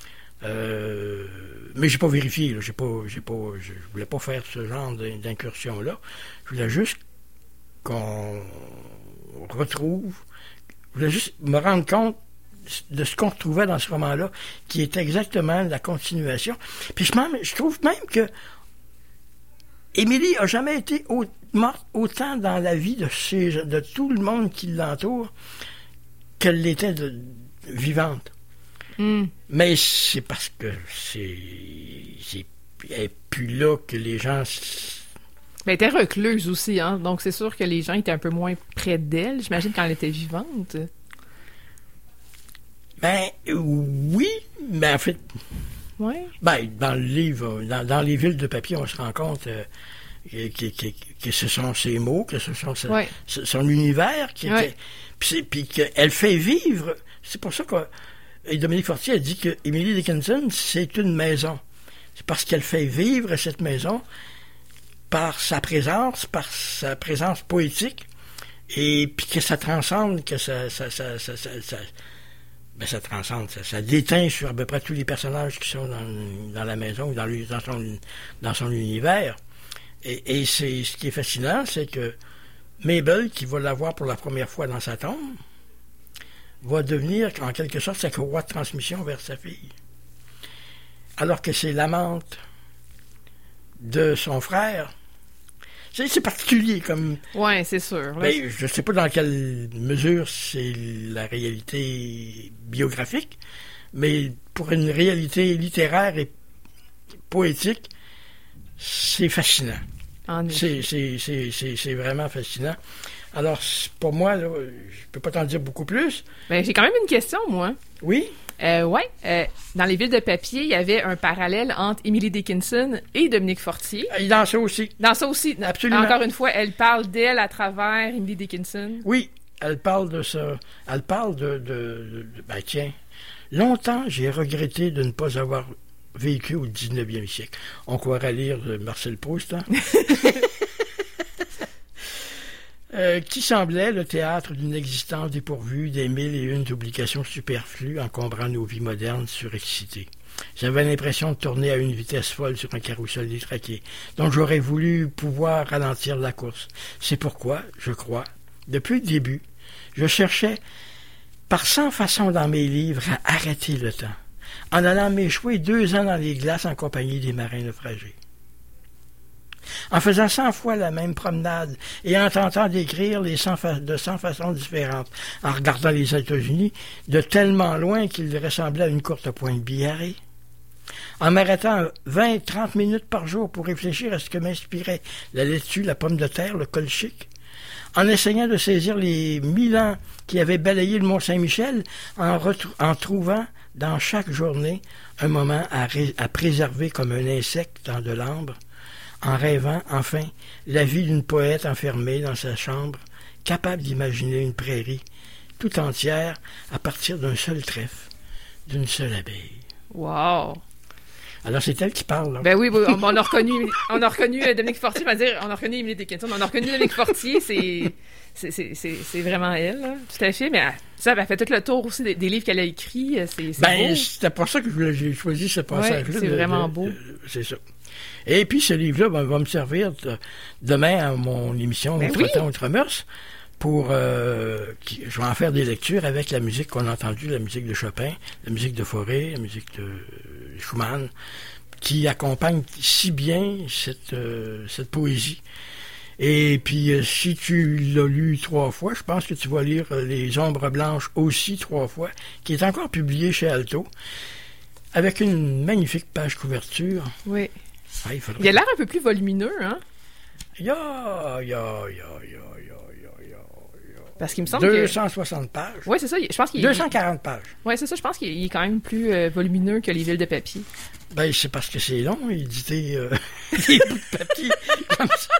Mais j'ai pas vérifié. Là. Je voulais pas faire ce genre d'incursion-là. Je voulais juste qu'on retrouve. Je voulais juste me rendre compte de ce qu'on retrouvait dans ce roman-là, qui est exactement la continuation. Puis je trouve même que Émilie a jamais été morte autant dans la vie de tout le monde qui l'entoure qu'elle l'était vivante. Mais c'est parce que elle n'est plus là que les gens... Elle était recluse aussi, hein? Donc c'est sûr que les gens étaient un peu moins près d'elle, j'imagine, quand elle était vivante. Ben oui, mais en fait... Oui. Ben, dans le livre, dans les villes de papier, on se rend compte que ce sont ses mots, que ce sont son univers qui était... Puis qu'elle fait vivre... C'est pour ça que Dominique Fortier a dit que Emily Dickinson, c'est une maison. C'est parce qu'elle fait vivre cette maison par sa présence poétique, et puis que ça transcende, que ça transcende, ça déteint sur à peu près tous les personnages qui sont dans la maison ou dans son univers. Et c'est ce qui est fascinant, c'est que Mabel, qui va la voir pour la première fois dans sa tombe, va devenir en quelque sorte sa courroie de transmission vers sa fille. Alors que c'est l'amante de son frère. C'est particulier comme... Oui, c'est sûr. Ben, je ne sais pas dans quelle mesure c'est la réalité biographique, mais pour une réalité littéraire et poétique, c'est fascinant. C'est vraiment fascinant. Alors, pour moi, là, je peux pas t'en dire beaucoup plus. Ben, j'ai quand même une question, moi. Oui? Dans les villes de papier, il y avait un parallèle entre Emily Dickinson et Dominique Fortier. Dans ça aussi. Dans ça aussi. Absolument. Encore une fois, elle parle d'elle à travers Emily Dickinson. Oui, elle parle de ça. Elle parle ben tiens, longtemps, j'ai regretté de ne pas avoir vécu au 19e siècle. On croirait lire de Marcel Proust, hein? Qui semblait le théâtre d'une existence dépourvue des 1001 obligations superflues encombrant nos vies modernes surexcitées. J'avais l'impression de tourner à une vitesse folle sur un carrousel détraqué, dont j'aurais voulu pouvoir ralentir la course. C'est pourquoi, je crois, depuis le début, je cherchais par 100 façons dans mes livres à arrêter le temps, en allant m'échouer 2 ans dans les glaces en compagnie des marins naufragés. En faisant 100 fois la même promenade et en tentant d'écrire de 100 façons différentes, en regardant les États-Unis de tellement loin qu'ils ressemblaient à une courte pointe bigarrée, en m'arrêtant 20-30 minutes par jour pour réfléchir à ce que m'inspirait la laitue, la pomme de terre, le colchique, en essayant de saisir les 1000 ans qui avaient balayé le Mont-Saint-Michel, en trouvant dans chaque journée un moment à préserver comme un insecte dans de l'ambre, en rêvant, enfin, la vie d'une poète enfermée dans sa chambre, capable d'imaginer une prairie tout entière à partir d'un seul trèfle, d'une seule abeille. Wow! Alors, c'est elle qui parle, là. Ben oui, on a reconnu Dominique Fortier, on a reconnu Emily Dickinson, on a reconnu Dominique Fortier, c'est vraiment elle, là, tout à fait, mais ça, elle fait tout le tour aussi des livres qu'elle a écrits, c'est beau. C'était pour ça que j'ai choisi ce passage-là. Ouais, c'est vraiment beau. C'est ça. Et puis, ce livre-là va me servir demain à mon émission Outre-temps, Outre-mœurs pour... je vais en faire des lectures avec la musique qu'on a entendue, la musique de Chopin, la musique de Fauré, la musique de Schumann, qui accompagne si bien cette poésie. Et puis, si tu l'as lu 3 fois, je pense que tu vas lire Les Ombres Blanches aussi 3 fois, qui est encore publié chez Alto, avec une magnifique page couverture. Oui. Ouais, il a l'air un peu plus volumineux, hein? Parce qu'il me semble 260 pages. Oui, c'est ça. Je pense qu'il 240 pages. Oui, c'est ça. Je pense qu'il est quand même plus volumineux que les villes de papier. Ben, c'est parce que c'est long, éditer des bouts de papier comme ça.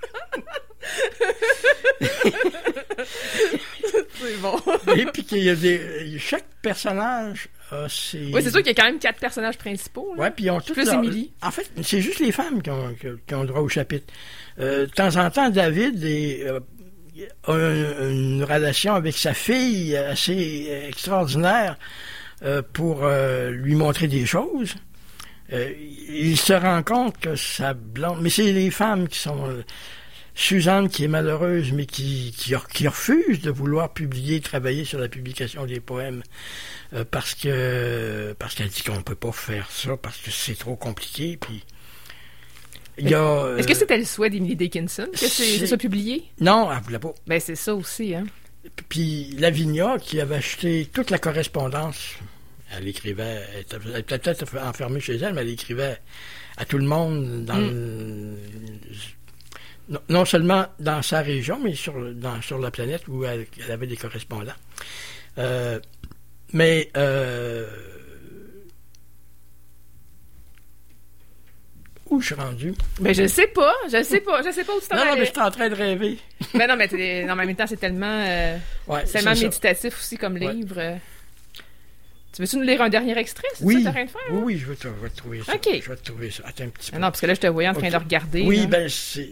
C'est bon. Et puis qu'il y a chaque personnage a ses... Oui, c'est sûr qu'il y a quand même 4 personnages principaux. Oui, puis ils ont tous plus Émilie. En fait, c'est juste les femmes qui ont droit au chapitre. De temps en temps, David a une relation avec sa fille assez extraordinaire pour lui montrer des choses. Il se rend compte que sa blonde... Mais c'est les femmes qui sont... Suzanne, qui est malheureuse, mais qui refuse de vouloir travailler sur la publication des poèmes, parce qu'elle dit qu'on peut pas faire ça, parce que c'est trop compliqué, puis... Est-ce que c'était le souhait d'Emily Dickinson que ça soit publié? Non, elle voulait pas. Ben, c'est ça aussi, hein. Puis Lavinia, qui avait acheté toute la correspondance, elle écrivait, elle était peut-être enfermée chez elle, mais elle écrivait à tout le monde non seulement dans sa région, mais sur la planète où elle avait des correspondants. Où je suis rendu? Ben, je sais pas où tu t'en allais. Non, mais je suis en train de rêver. Ben non, mais en même temps, c'est tellement, méditatif aussi comme livre. Tu veux-tu nous lire un dernier extrait? C'est ça que tu as rien de faire? Oui, je vais te trouver ça. OK. Je vais te trouver ça. Attends un petit peu. Non, parce que là, je te voyais en train de regarder. Oui, là. Ben c'est...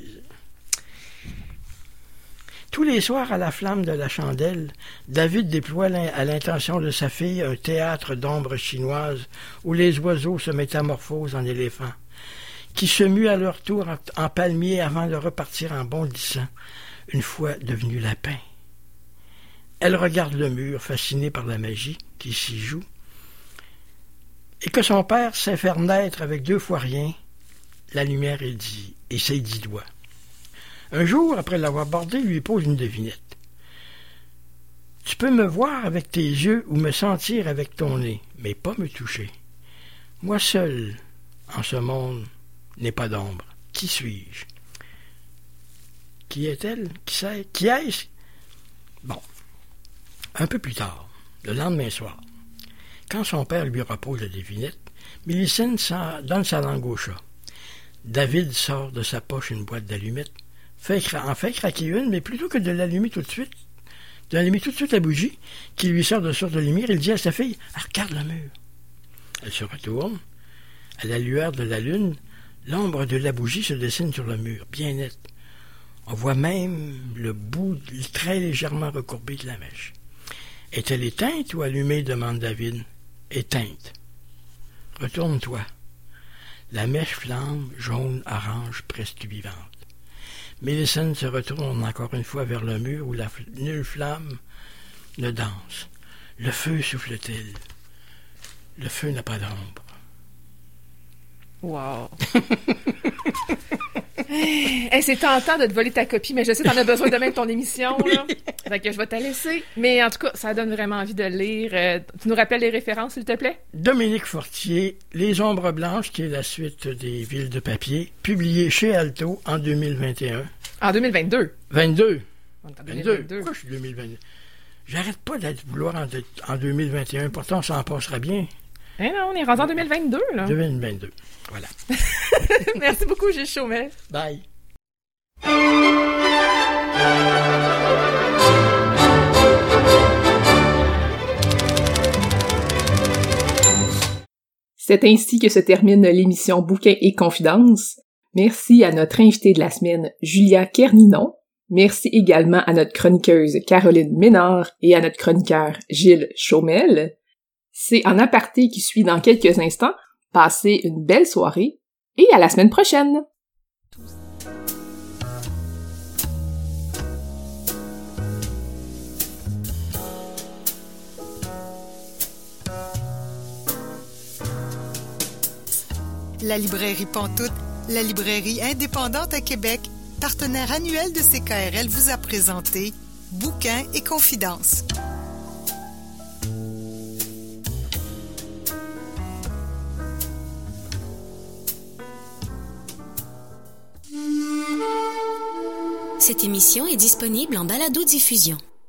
Tous les soirs, à la flamme de la chandelle, David déploie à l'intention de sa fille un théâtre d'ombres chinoises où les oiseaux se métamorphosent en éléphants, qui se muent à leur tour en palmiers avant de repartir en bondissant, une fois devenus lapins. Elle regarde le mur, fascinée par la magie qui s'y joue, et que son père sait faire naître avec 2 fois rien, la lumière et ses 10 doigts. Un jour, après l'avoir bordé, il lui pose une devinette. « Tu peux me voir avec tes yeux ou me sentir avec ton nez, mais pas me toucher. Moi seul, en ce monde, n'ai pas d'ombre. Qui suis-je? Qui est-elle? Qui est-ce? » Bon. Un peu plus tard, le lendemain soir, quand son père lui repose la devinette, Millicent donne sa langue au chat. David sort de sa poche une boîte d'allumettes, en fait craquer une, mais plutôt que de l'allumer tout de suite, la bougie qui lui sort de source de lumière, il dit à sa fille « Regarde le mur ». Elle se retourne. À la lueur de la lune, l'ombre de la bougie se dessine sur le mur, bien nette. On voit même le bout très légèrement recourbé de la mèche. « Est-elle éteinte ou allumée ?» demande David. « Éteinte. Retourne-toi. » La mèche flambe, jaune-orange, presque vivante. Millicent se retourne encore une fois vers le mur où nulle flamme ne danse. Le feu souffle-t-il. Le feu n'a pas d'ombre. Wow! C'est tentant de te voler ta copie, mais je sais que t'en as besoin demain de ton émission. Là. Fait que je vais te laisser. Mais en tout cas, ça donne vraiment envie de le lire. Tu nous rappelles les références, s'il te plaît? Dominique Fortier, Les Ombres Blanches, qui est la suite des Villes de papier, publié chez Alto en 2021. En 2022? 22. En 2022. Pourquoi je suis 2022? J'arrête pas d'être vouloir en 2021. Pourtant, ça en passera bien. Eh non, on est rendu en 2022, là. 2022, voilà. Merci beaucoup, Gilles Chaumet. Bye. C'est ainsi que se termine l'émission Bouquins et Confidences. Merci à notre invitée de la semaine, Julia Kerninon. Merci également à notre chroniqueuse Caroline Ménard et à notre chroniqueur Gilles Chaumel. C'est En aparté qui suit dans quelques instants. Passez une belle soirée et à la semaine prochaine! La librairie Pantoute, la librairie indépendante à Québec, partenaire annuel de CKRL, vous a présenté Bouquins et Confidences. Cette émission est disponible en balado-diffusion.